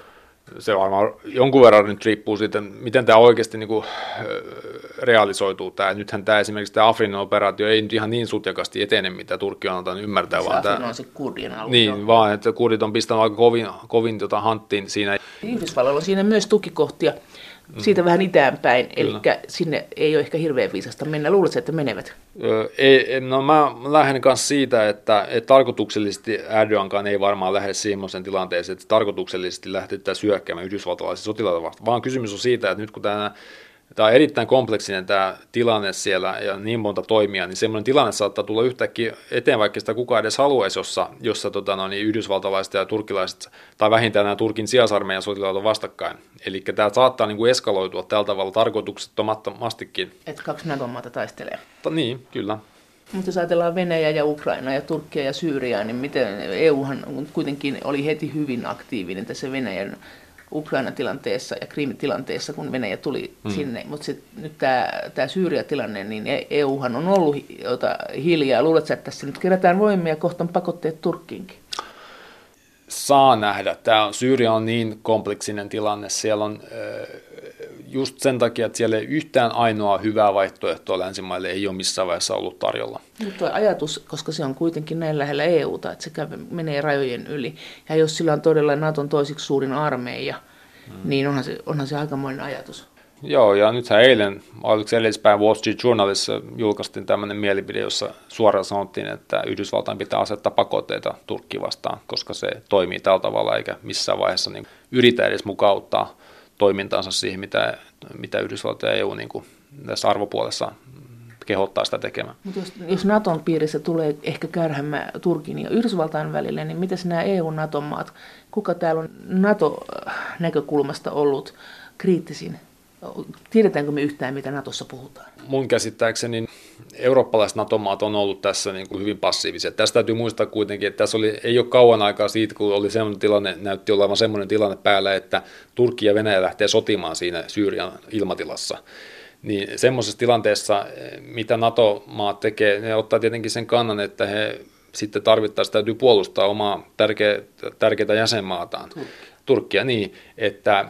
Se varmaan jonkun verran nyt riippuu siitä, miten tämä oikeasti niin kuin realisoituu. Tämä. Nythän tämä esimerkiksi tämä Afrinin operaatio ei nyt ihan niin sutjakasti etene, mitä Turkki on antanut ymmärtää. Se vaan Afrin tämä, on se kurdien alue. Niin, vaan että kurdit on pistänyt aika kovin, kovin tota hanttiin siinä. Yhdysvalloilla on siinä myös tukikohtia siitä mm. vähän itäänpäin, eli sinne ei ole ehkä hirveän viisasta mennä. Luuletko, että menevät? Öö, ei, no mä lähden kanssa siitä, että, että tarkoituksellisesti Erdogankaan ei varmaan lähde semmoisen tilanteeseen, että tarkoituksellisesti lähdetään syökkäämään yhdysvaltalaisia sotilaita vastaan, vaan kysymys on siitä, että nyt kun tämä Tämä on erittäin kompleksinen tämä tilanne siellä ja niin monta toimia, niin semmoinen tilanne saattaa tulla yhtäkkiä eteen, vaikka sitä kukaan edes haluaisi, jossa, jossa tota, no, niin yhdysvaltalaiset ja turkkilaiset, tai vähintään nämä Turkin sijaisarmeijan sotilaat on vastakkain. Eli tämä saattaa niin kuin eskaloitua tällä tavalla tarkoituksettomastikin. Että kaksi NATO-maata taistelee. Ta, niin, kyllä. Mutta jos ajatellaan Venäjä ja Ukraina ja Turkkia ja Syyriaa, niin miten E Uhan kuitenkin oli heti hyvin aktiivinen tässä Venäjän Ukrainan tilanteessa ja Krimin tilanteessa, kun Venäjä tuli hmm. sinne. Mutta nyt tämä, tämä Syyria-tilanne, niin E Uhan on ollut jota hiljaa. Luuletko, että tässä nyt kerätään voimia ja kohta pakotteet Turkkiinkin? Saa nähdä. Tämä on, Syyria on niin kompleksinen tilanne. Siellä on just sen takia, että siellä ei yhtään ainoa hyvää vaihtoehtoa länsimaille ei ole missään vaiheessa ollut tarjolla. Mutta ajatus, koska se on kuitenkin näin lähellä E Uta, että se menee rajojen yli. Ja jos sillä on todella Naton toisiksi suurin armeija, hmm. niin onhan se, onhan se aikamoinen ajatus. Joo, ja nythän eilen, oliko edellispäivän Wall Street Journalissa julkaistiin tämmöinen mielipide, jossa suoraan sanottiin, että Yhdysvaltain pitää asettaa pakotteita Turkkiin vastaan, koska se toimii tällä tavalla, eikä missään vaiheessa niin yritä edes mukauttaa toimintaansa siihen, mitä, mitä Yhdysvallat ja E U niin kuin tässä arvopuolessa kehottaa sitä tekemään. Mutta jos, jos Naton piirissä tulee ehkä kärhämä Turkin ja Yhdysvaltain välille, niin mitäs nämä E U-Nato-maat, kuka täällä on Nato-näkökulmasta ollut kriittisin? Tiedetäänkö me yhtään, mitä Natossa puhutaan? Mun käsittääkseni eurooppalaiset NATO-maat on ollut tässä niin kuin hyvin passiivisia. Tästä täytyy muistaa kuitenkin, että tässä oli, ei ole kauan aikaa siitä, kun oli sellainen tilanne, näytti olevan sellainen tilanne päällä, että Turkki ja Venäjä lähtee sotimaan siinä Syyrian ilmatilassa. Niin semmoisessa tilanteessa, mitä NATO-maat tekee, ne ottaa tietenkin sen kannan, että he sitten tarvittaessa täytyy puolustaa omaa tärkeä, tärkeää jäsenmaataan, Turkkia, Turkkia niin, että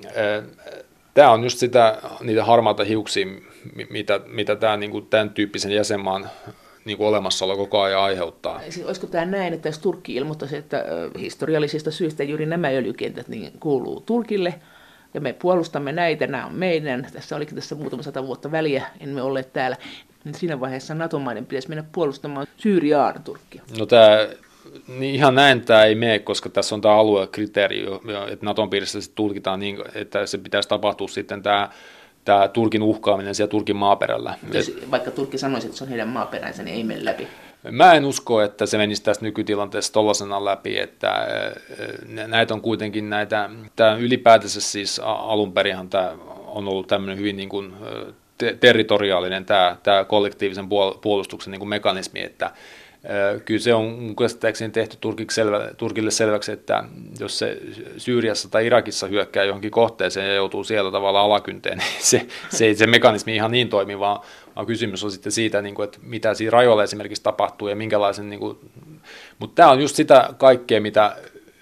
tämä on just sitä, niitä harmaita hiuksia, mitä, mitä tämä, niin kuin, tämän tyyppisen jäsenmaan niin kuin olemassaolo koko ajan aiheuttaa. Olisiko tämä näin, että jos Turkki ilmoittaisi, että historiallisista syistä juuri nämä öljykentät niin kuuluu Turkille, ja me puolustamme näitä, nämä on meidän, tässä olikin tässä muutama sata vuotta väliä, emme olleet täällä, niin siinä vaiheessa NATO-maiden pitäisi mennä puolustamaan Syyriaan Turkkia. No tämä, niin ihan näin tämä ei mene, koska tässä on tämä aluekriteeri, että Naton piirissä se tulkitaan niin, että se pitäisi tapahtua sitten tämä, tämä Turkin uhkaaminen siellä Turkin maaperällä. Jos vaikka Turkki sanoisi, että se on heidän maaperänsä, niin ei mene läpi. Mä en usko, että se menisi tästä nykytilanteesta tollaisena läpi, että näitä on kuitenkin näitä, tämä ylipäätänsä siis alun perinhan tämä on ollut tämmöinen hyvin niin kuin te- territoriaalinen tämä, tämä kollektiivisen puolustuksen niin kuin mekanismi, että kyllä se on mun käsittääkseni tehty selvä, Turkille selväksi, että jos se Syyriassa tai Irakissa hyökkää johonkin kohteeseen ja joutuu siellä tavallaan alakynteen, niin se, se ei se mekanismi ihan niin toimi, vaan, vaan kysymys on sitten siitä, että mitä siinä rajoilla esimerkiksi tapahtuu ja minkälaisen, niin kuin, mutta tämä on just sitä kaikkea, mitä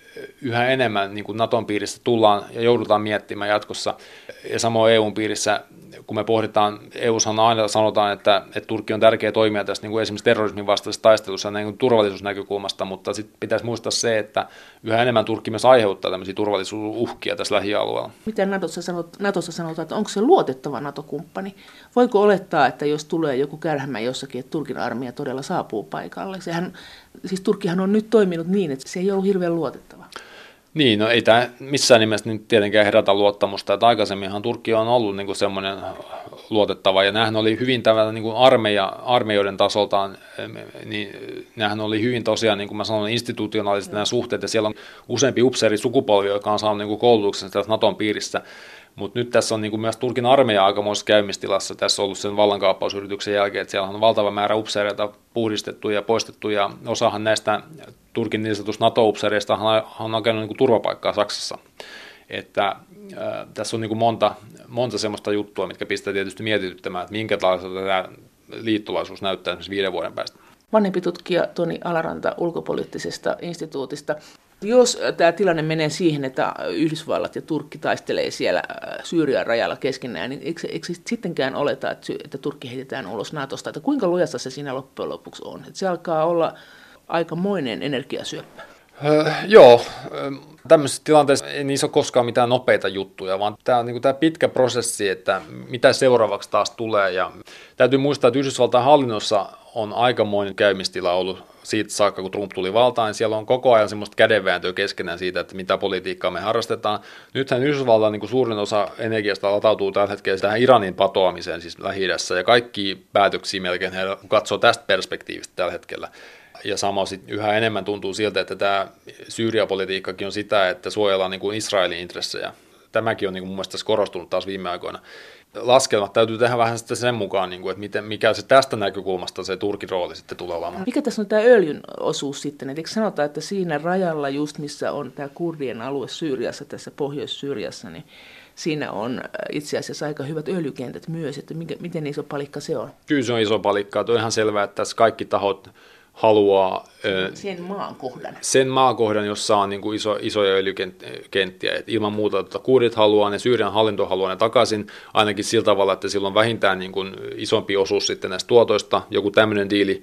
yhä enemmän niin kuin Naton piirissä tullaan ja joudutaan miettimään jatkossa. Ja samoin E U:n piirissä, kun me pohditaan, E U:ssahan aina sanotaan, että, että Turkki on tärkeä toimija tässä niin kuin esimerkiksi terrorismin vastaisessa taistelussa niin kuin turvallisuusnäkökulmasta, mutta sitten pitäisi muistaa se, että yhä enemmän Turkki myös aiheuttaa tämmöisiä turvallisuusuhkia tässä lähialueella. Mitä Natossa, sanot, Natossa sanotaan, että onko se luotettava NATO-kumppani? Voiko olettaa, että jos tulee joku kärhämä jossakin, että Turkin armeija todella saapuu paikalle? Sehän, siis Turkkihan on nyt toiminut niin, että se ei ollut hirveän luotettava. Niin, no ei tämä missään nimessä nyt tietenkään herätä luottamusta, että aikaisemminhan Turkki on ollut niin kuin semmoinen luotettava, ja nämähän oli hyvin tämmöinen niin kuin armeija, armeijoiden tasoltaan, niin nämähän oli hyvin tosiaan, niin kuin mä sanoin, institutionaalisesti nämä suhteet, ja siellä on useampi upseerisukupolvi, joka on saanut niin kuin koulutuksen tässä Naton piirissä, mutta nyt tässä on niin kuin myös Turkin armeija aikamoisessa käymistilassa, tässä on ollut sen vallankaappausyrityksen jälkeen, että siellä on valtava määrä upseereita puhdistettu ja poistettu, ja osahan näistä Turkin niin sanotusta NATO-upseereista on hakenut niin kuin turvapaikkaa Saksassa. Että äh, tässä on niin kuin monta, monta semmoista juttua, mitkä pistää tietysti mietityttämään, että minkä tällaisella tämä liittolaisuus näyttää esimerkiksi viiden vuoden päästä. Vanhempi tutkija Toni Alaranta ulkopoliittisesta instituutista. Jos tämä tilanne menee siihen, että Yhdysvallat ja Turkki taistelee siellä Syyrian rajalla keskenään, niin eikö, eikö sittenkään oleta, että, että Turkki heitetään ulos Natosta? Että kuinka lujassa se siinä loppujen lopuksi on? Että se alkaa olla aikamoinen energiasyöppä. Öö, joo, tämmöisessä tilanteessa ei niissä ole koskaan mitään nopeita juttuja, vaan tämä on niin kuin tämä pitkä prosessi, että mitä seuraavaksi taas tulee. Ja täytyy muistaa, että Yhdysvaltain hallinnossa on aikamoinen käymistila ollut siitä saakka, kun Trump tuli valtaan, niin siellä on koko ajan semmoista kädenvääntöä keskenään siitä, että mitä politiikkaa me harrastetaan. Nythän Yhdysvaltain niin kuin suurin osa energiasta latautuu tällä hetkellä tähän Iranin patoamiseen, siis Lähi-idässä, ja kaikki päätöksiä melkein he katsoo tästä perspektiivistä tällä hetkellä. Ja samoin yhä enemmän tuntuu siltä, että tämä Syyria-politiikkakin on sitä, että suojellaan niin kuin Israelin intressejä. Tämäkin on niin kuin mun mielestä tässä korostunut taas viime aikoina. Laskelmat täytyy tehdä vähän sitten sen mukaan, niin kuin, että miten, mikä se tästä näkökulmasta se Turkin rooli sitten tulee olemaan. Mikä tässä on tämä öljyn osuus sitten? Et eikö sanota, että siinä rajalla just missä on tämä kurdien alue Syyriassa, tässä Pohjois-Syyriassa, niin siinä on itse asiassa aika hyvät öljykentät myös, että mikä, miten iso palikka se on? Kyllä se on iso palikka. On ihan selvää, että tässä kaikki tahot haluaa sen maakohdan, sen maakohdan jossa on niin kuin iso, isoja öljykenttiä. Et ilman muuta tuota, kurdit haluaa ne, Syyrian hallinto haluaa ne takaisin, ainakin sillä tavalla, että sillä on vähintään niin kuin isompi osuus sitten näistä tuotoista, joku tämmöinen diili.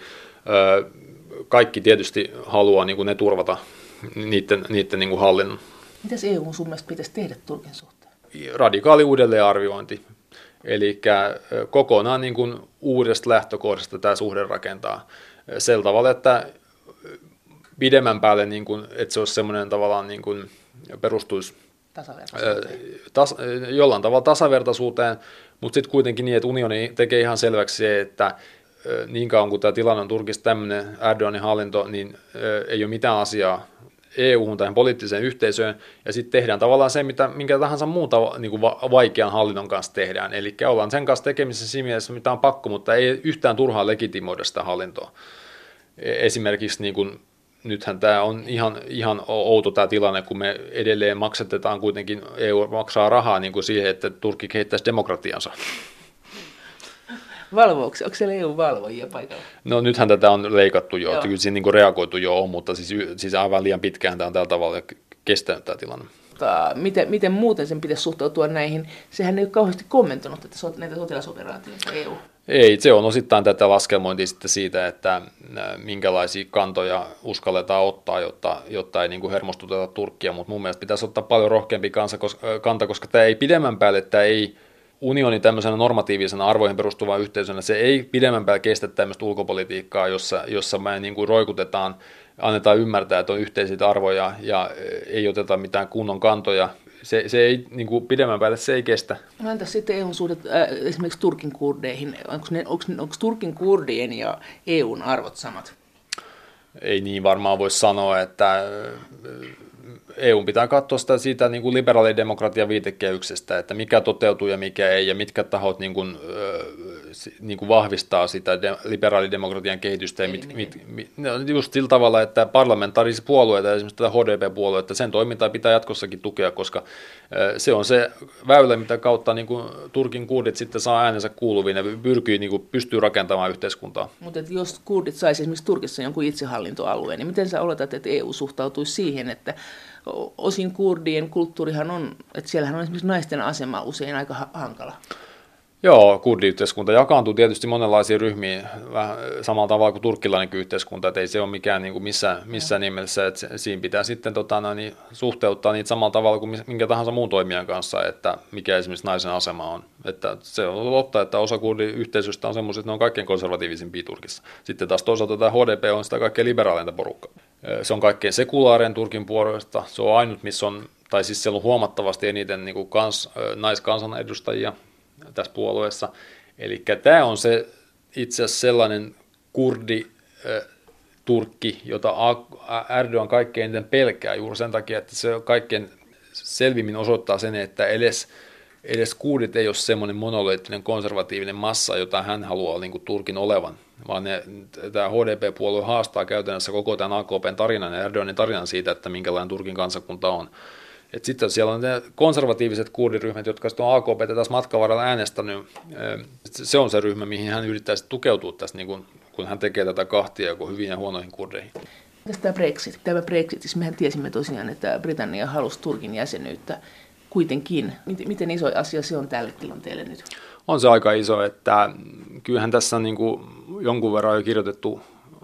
Kaikki tietysti haluaa niin kuin ne turvata niiden, niiden niin kuin hallinnon. Mitäs E U sun mielestä pitäisi tehdä Turkin suhteen? Radikaali uudelleenarviointi. Eli kokonaan niin kuin uudesta lähtökohdasta tämä suhde rakentaa. Sillä tavalla, että pidemmän päälle, niin kuin, että se olisi semmoinen tavallaan niin kuin perustuisi tasavertaisuuteen? Tas, jollain tavalla tasavertaisuuteen, mutta sitten kuitenkin niin, että unioni tekee ihan selväksi se, että niin kauan kuin tämä tilanne on Turkissa tämmöinen Erdoganin hallinto, niin ei ole mitään asiaa E U:hun tai poliittiseen yhteisöön, ja sitten tehdään tavallaan se, mitä, minkä tahansa muuta niin kuin vaikean hallinnon kanssa tehdään. Eli ollaan sen kanssa tekemisessä siinä mielessä, mitä on pakko, mutta ei yhtään turhaa legitimoida sitä hallintoa. Esimerkiksi niin kuin, nythän tämä on ihan, ihan outo tämä tilanne, kun me edelleen maksatetaan kuitenkin, E U maksaa rahaa niin kuin siihen, että Turkki kehittäisi demokratiansa. Valvoiko? Onko siellä E U-valvojia paikalla? No nythän tätä on leikattu jo, että kyllä siinä niin kuin reagoitu jo on, mutta siis, siis aivan liian pitkään tämä on tällä tavalla kestänyt tämä tilanne. Miten, miten muuten sen pitäisi suhtautua näihin? Sehän ei ole kauheasti kommentoinut että näitä sotilasoperaatioita E U. Ei, se on osittain tätä laskelmointia sitten siitä, että minkälaisia kantoja uskalletaan ottaa, jotta, jotta ei niin kuin hermostuteta Turkkia, mutta mun mielestä pitäisi ottaa paljon rohkeampi kansa, kanta, koska tämä ei pidemmän päälle, tämä ei unioni tämmöisenä normatiivisena arvoihin perustuvana yhteisönä, se ei pidemmän päälle kestä tämmöistä ulkopolitiikkaa, jossa, jossa me niin kuin roikutetaan, annetaan ymmärtää, että on yhteisiä arvoja ja ei oteta mitään kunnon kantoja. Se, se ei niin kuin pidemmän päälle se ei kestä. No entäs sitten E U:n suhdet äh, esimerkiksi Turkin kurdeihin? Onko, ne, onko, onko Turkin kurdien ja E U:n arvot samat? Ei niin varmaan voi sanoa, että E U pitää katsoa sitä siitä niin kuin liberaalidemokratian viitekehyksestä, että mikä toteutuu ja mikä ei, ja mitkä tahot niin kuin, niin kuin vahvistaa sitä de, liberaalidemokratian kehitystä. Ja mit, mit, mit, just sillä tavalla, että parlamentaariset puolueita, esimerkiksi tätä H D P-puoluetta, sen toimintaa pitää jatkossakin tukea, koska se on se väylä, mitä kautta niin kuin Turkin kurdit sitten saa äänensä kuuluviin ja pyrkii, niin kuin pystyy rakentamaan yhteiskuntaa. Mutta jos kurdit saisi esimerkiksi Turkissa jonkun itsehallintoalueen, niin miten sä oletat, että E U suhtautuisi siihen, että osin kurdien kulttuurihan on, että siellähän on esimerkiksi naisten asema usein aika hankala. Joo, kurdiyhteiskunta jakaantuu tietysti monenlaisiin ryhmiin vähän samalla tavalla kuin turkkilainen yhteiskunta, että ei se ole mikään niin kuin missään, missään nimessä, että siinä pitää sitten tota, no, niin, suhteuttaa niitä samalla tavalla kuin minkä tahansa muun toimijan kanssa, että mikä esimerkiksi naisen asema on. Että se on totta, että osa kurdiyhteisöstä on semmoiset, että ne on kaikkein konservatiivisimpia Turkissa. Sitten taas toisaalta tämä H D P on sitä kaikkein liberaalinta porukkaa. Se on kaikkein sekulaarien Turkin puolesta, se on ainut, missä on, tai siis siellä on huomattavasti eniten niin kuin kans, naiskansanedustajia tässä puolueessa. Eli tämä on se itse asiassa sellainen kurdi äh, Turkki, jota Erdogan kaikkein eniten pelkää juuri sen takia, että se kaikkein selvimmin osoittaa sen, että edes, edes kurdit ei ole semmoinen monoliittinen konservatiivinen massa, jota hän haluaa niin kuin Turkin olevan, vaan ne, tämä H D P-puolue haastaa käytännössä koko tämän A K P:n tarinan ja Erdoganin tarinan siitä, että minkälainen Turkin kansakunta on. Et sitten siellä on ne konservatiiviset kurdiryhmät, jotka sitten on A K P:tä tässä matkan varrella äänestänyt. Se on se ryhmä, mihin hän yrittää tukeutua tässä, niin kun, kun hän tekee tätä kahtia joko hyvin ja huonoihin kurdeihin. Entäs tämä Brexit? Tämä Brexit, siis mehän tiesimme tosiaan, että Britannia halusi Turkin jäsenyyttä kuitenkin. Miten iso asia se on tälle tilanteelle nyt? On se aika iso, että kyllähän tässä on niin kuin jonkun verran jo kirjoitettu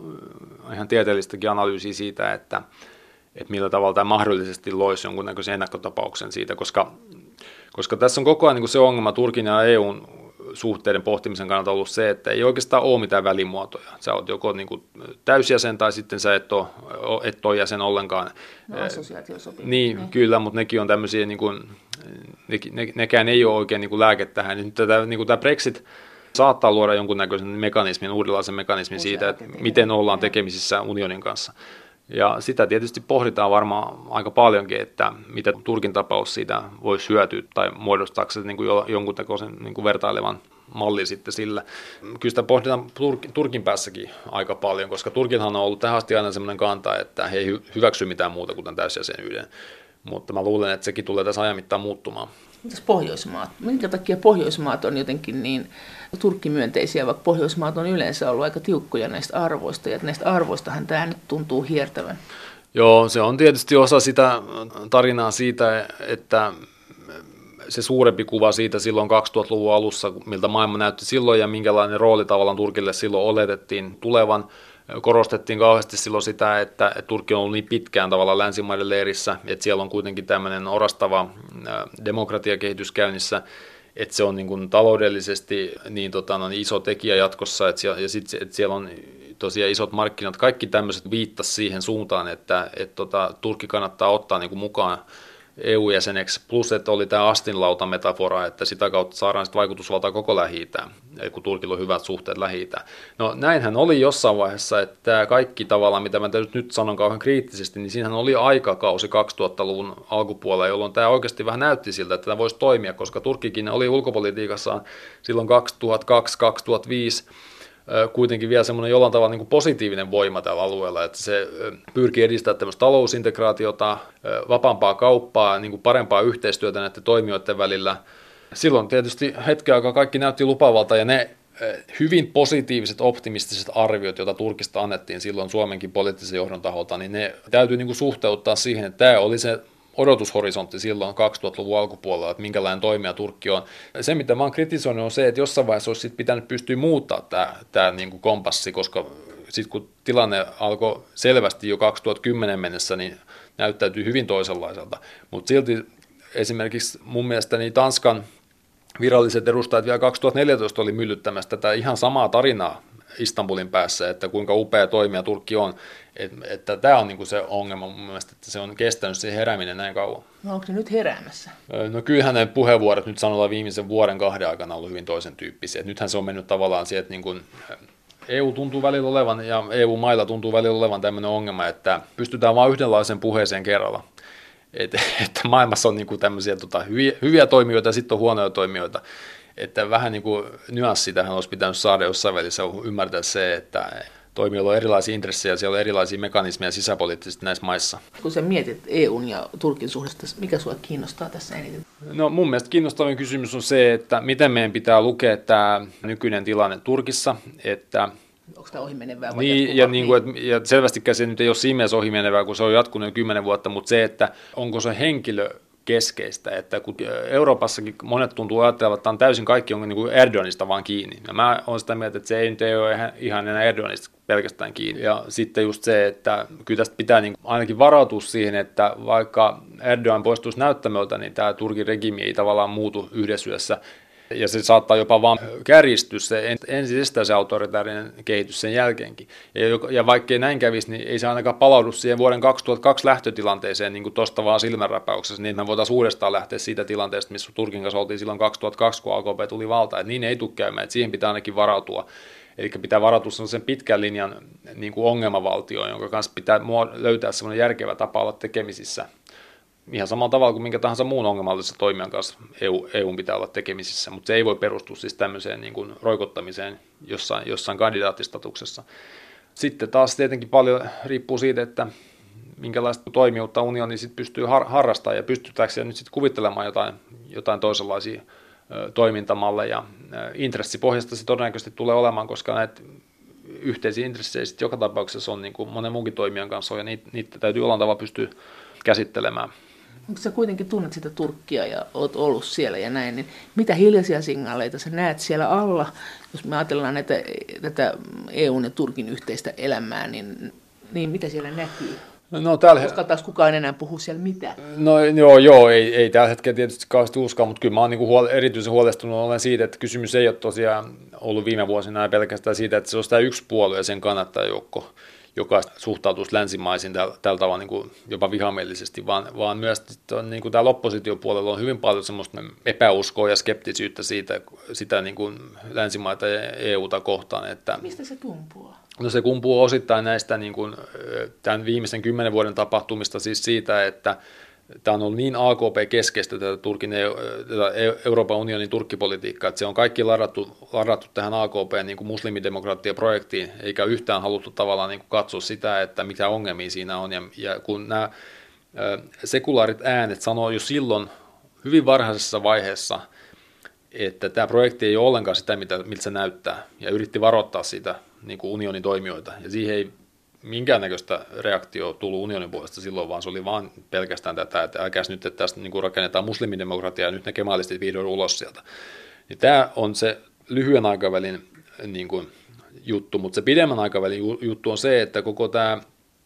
ihan tieteellistäkin analyysiä siitä, että että millä tavalla tämä mahdollisesti loisi jonkunnäköisen ennakkotapauksen siitä, koska, koska tässä on koko ajan niin kuin se ongelma Turkin ja E U:n suhteiden pohtimisen kannalta ollut se, että ei oikeastaan ole mitään välimuotoja. Sä oot joko niin kuin täysjäsen tai sitten sä et ole, et ole jäsen ollenkaan. No assosiaatiosopimus. Niin, ne. Kyllä, mutta nekin on tämmöisiä, niin kuin, ne, ne, nekään ei ole oikein niin kuin lääke tähän. Nyt tämä, niin kuin tämä Brexit saattaa luoda jonkunnäköisen mekanismin, uudenlaisen mekanismin Uusia siitä, että miten ollaan tekemisissä unionin kanssa. Ja sitä tietysti pohditaan varmaan aika paljonkin, että mitä Turkin tapaus siitä voisi hyötyä tai muodostaako se niin kuin jonkunnäköisen niin kuin vertailevan malli sitten sillä. Kyllä sitä pohditaan Turkin päässäkin aika paljon, koska Turkinhan on ollut tähän asti aina sellainen kanta, että he ei hyväksy mitään muuta kuin tämän täysjäsenyyden. Mutta mä luulen, että sekin tulee tässä ajan mittaan muuttumaan. Mitäs Pohjoismaat? Minkä takia Pohjoismaat on jotenkin niin turkkimyönteisiä, vaikka Pohjoismaat on yleensä ollut aika tiukkoja näistä arvoista, ja näistä arvoistahan tämä nyt tuntuu hiertävän. Joo, se on tietysti osa sitä tarinaa siitä, että se suurempi kuva siitä silloin kaksituhattaluvun alussa, miltä maailma näytti silloin ja minkälainen rooli tavallaan Turkille silloin oletettiin tulevan. Korostettiin kauheasti silloin sitä, että Turkki on ollut niin pitkään tavallaan länsimaiden leirissä, että siellä on kuitenkin tämmöinen orastava demokratiakehitys käynnissä, että se on niin kuin taloudellisesti niin, tota, no, niin iso tekijä jatkossa, että siellä, ja sitten että siellä on tosiaan isot markkinat. Kaikki tämmöiset viittasi siihen suuntaan, että et, tota, Turkki kannattaa ottaa niin kuin mukaan E U-jäseneksi, plus että oli tämä astinlauta-metafora, että sitä kautta saadaan sitten vaikutusvaltaa koko Lähi-Itään, kun Turkilla on hyvät suhteet Lähi-Itään. No näinhän oli jossain vaiheessa, että tämä kaikki tavallaan, mitä mä nyt sanon kauhean kriittisesti, niin siinähän oli aikakausi kaksituhattaluvun alkupuolella, jolloin tämä oikeasti vähän näytti siltä, että tämä voisi toimia, koska Turkkikin oli ulkopolitiikassaan silloin kaksituhattakaksi kaksituhattaviisi kuitenkin vielä semmoinen jollain tavalla niin kuin positiivinen voima tällä alueella, että se pyrkii edistämään tämmöistä talousintegraatiota, vapaampaa kauppaa, niin kuin parempaa yhteistyötä näiden toimijoiden välillä. Silloin tietysti hetken aikaa kaikki näytti lupavalta, ja ne hyvin positiiviset, optimistiset arviot, joita Turkista annettiin silloin Suomenkin poliittisen johdon taholta, niin ne täytyy niin kuin suhteuttaa siihen, että tämä oli se odotushorisontti silloin kaksituhattaluvun alkupuolella, että minkälainen toimija Turkki on. Se, mitä mä oon kritisoinut, on se, että jossain vaiheessa olisi sit pitänyt pystyä muuttaa tämä, tämä niin kuin kompassi, koska sitten kun tilanne alkoi selvästi jo kaksituhattakymmenen mennessä, niin näyttäytyy hyvin toisenlaiselta. Mutta silti esimerkiksi mun mielestä niin Tanskan viralliset edustajat vielä kaksituhattaneljätoista oli myllyttämässä tätä ihan samaa tarinaa Istanbulin päässä, että kuinka upea toimija Turkki on. Että, että tämä on niinku se ongelma mun mielestä, että se on kestänyt se herääminen näin kauan. No onko se nyt heräämässä? No kyllähän ne puheenvuorot nyt sanotaan viimeisen vuoden kahden aikana ollut hyvin toisen tyyppisiä. Et nythän se on mennyt tavallaan siihen, että niin kuin E U tuntuu välillä olevan ja E U-mailla tuntuu välillä olevan tämmöinen ongelma, että pystytään vain yhdenlaisen puheeseen kerralla. Et, että maailmassa on niinku tämmöisiä tota, hyviä, hyviä toimijoita ja sitten on huonoja toimijoita. Että vähän niin kuin nyanssi tähän olisi pitänyt saada jossain välissä ymmärtää se, että toimijoilla on erilaisia intressejä, siellä on erilaisia mekanismeja sisäpoliittisesti näissä maissa. Kun sä mietit E U:n ja Turkin suhdetta, mikä sua kiinnostaa tässä eniten? No mun mielestä kiinnostavin kysymys on se, että miten meidän pitää lukea tämä nykyinen tilanne Turkissa, että onko tämä ohimenevää vai niin, ja, niin kuin, et, ja selvästikään se nyt ei ole siinä mielessä ohimenevää, kun se on jatkunut jo kymmenen vuotta, mutta se, että onko se henkilö keskeistä, että kun Euroopassakin monet tuntuu ajattelemaan, että on täysin kaikki on niin kuin Erdoganista vaan kiinni. Ja mä olen sitä mieltä, että se ei nyt ei ole ihan enää Erdoganista pelkästään kiinni. Ja sitten just se, että kyllä tästä pitää niin ainakin varautua siihen, että vaikka Erdogan poistuisi näyttämöltä, niin tämä Turkin regimi ei tavallaan muutu yhdessä yössä. Ja se saattaa jopa vaan kärjistyä se ensisestään se autoritaarinen kehitys sen jälkeenkin. Ja, ja vaikkei näin kävisi, niin ei se ainakaan palaudu siihen vuoden kaksituhattakaksi lähtötilanteeseen niin kuin tuosta vaan silmänräpäyksessä, niin me voitaisiin uudestaan lähteä siitä tilanteesta, missä Turkin kanssa oltiin silloin kaksituhattakaksi, kun A K P tuli valtaan. Että niin ei tule käymään, että siihen pitää ainakin varautua. Eli pitää varautua sellaisen pitkän linjan niin kuin ongelmavaltioon, jonka kanssa pitää löytää sellainen järkevä tapa olla tekemisissä. Ihan samalla tavalla kuin minkä tahansa muun ongelmallisen toimijan kanssa E U, E U:n pitää olla tekemisissä, mutta se ei voi perustua siis tämmöiseen niin kuin roikottamiseen jossain, jossain kandidaattistatuksessa. Sitten taas tietenkin paljon riippuu siitä, että minkälaista toimijuutta unioni sit pystyy har- harrastamaan ja pystytäänkö siellä nyt sitten kuvittelemaan jotain, jotain toisenlaisia ö, toimintamalleja. Intressipohjasta se todennäköisesti tulee olemaan, koska näitä yhteisiä intressejä joka tapauksessa on niin kuin monen muunkin toimijan kanssa on, ja niitä, niitä täytyy jollain tavalla pystyä käsittelemään. Kun sä kuitenkin tunnet sitä Turkkia ja oot ollut siellä ja näin, niin mitä hiljaisia signaaleita sä näet siellä alla, jos me ajatellaan näitä, tätä E U:n ja Turkin yhteistä elämää, niin, niin mitä siellä näkyy? No, tällä... Koska taas kukaan enää puhuu siellä mitään. No joo, joo ei, ei tällä hetkellä tietysti kauheasti uskoa, mutta kyllä mä oon niin huole- erityisen huolestunut olen siitä, että kysymys ei ole tosiaan ollut viime vuosina pelkästään siitä, että se olisi tämä yksi puolue ja sen kannattajajoukko, joka suhtautuisi länsimaisin tällä, tällä tavalla niin kuin jopa vihamielisesti, vaan, vaan myös niin kuin täällä oppositiopuolella on hyvin paljon semmoista epäuskoa ja skeptisyyttä siitä, sitä niin kuin länsimaita ja E U:ta kohtaan. Että, mistä se kumpuaa? No se kumpuu osittain näistä niin kuin, tämän viimeisen kymmenen vuoden tapahtumista, siis siitä, että tämä on ollut niin A K P-keskeistä tätä, Turkin, tätä Euroopan unionin turkkipolitiikkaa, että se on kaikki ladattu, ladattu tähän A K P niin kuin muslimidemokratia-projektiin, eikä yhtään haluttu tavallaan niin kuin katsoa sitä, että mitä ongelmia siinä on. Ja, ja kun nämä sekulaarit äänet sanoo jo silloin hyvin varhaisessa vaiheessa, että tämä projekti ei ole ollenkaan sitä, miltä se näyttää, ja yritti varoittaa sitä niin kuin unionin toimijoita, ja siihen ei minkäännäköistä reaktioa tullut unionin puolesta silloin, vaan se oli vaan pelkästään tätä, että älkääs nyt, että tästä niin kuin rakennetaan muslimidemokratiaa, ja nyt ne kemalistit vihdoin ulos sieltä. Niin tämä on se lyhyen aikavälin niin kuin, juttu, mutta se pidemmän aikavälin juttu on se, että koko tämä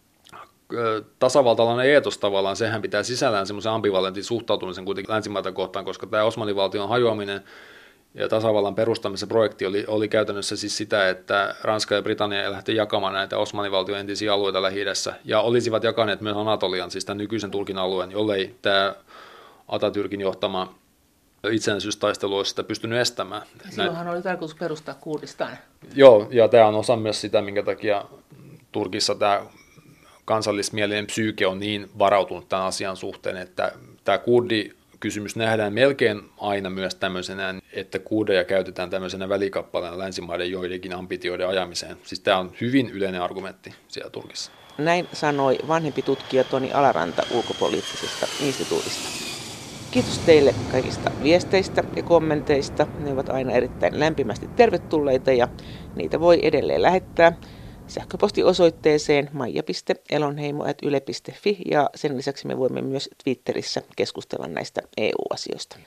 tasavaltalainen eetos tavallaan, sehän pitää sisällään semmoisen ambivalentin suhtautumisen kuitenkin länsimaita kohtaan, koska tämä Osmanivaltion hajoaminen Ja tasavallan perustamisen projekti oli, oli käytännössä siis sitä, että Ranska ja Britannia lähti jakamaan näitä Osmanivaltion entisiä alueita Lähi-idässä, ja olisivat jakaneet myös Anatolian, siis tämän nykyisen Turkin alueen, jollei tämä Atatürkin johtama itsenäisyystaistelu olisi sitä pystynyt estämään. Silloinhan oli tarkoitus perustaa Kurdistan. Joo, ja tämä on osa myös sitä, minkä takia Turkissa tämä kansallismielinen psyyke on niin varautunut tämän asian suhteen, että tämä kurdikysymys nähdään melkein aina myös tämmöisenä, että kurdeja käytetään tämmöisenä välikappaleena länsimaiden joidenkin ambitioiden ajamiseen. Siis tämä on hyvin yleinen argumentti siellä Turkissa. Näin sanoi vanhempi tutkija Toni Alaranta ulkopoliittisesta instituutista. Kiitos teille kaikista viesteistä ja kommenteista. Ne ovat aina erittäin lämpimästi tervetulleita ja niitä voi edelleen lähettää sähköpostiosoitteeseen maija piste elonheimo ät yle piste fi ja sen lisäksi me voimme myös Twitterissä keskustella näistä E U-asioista.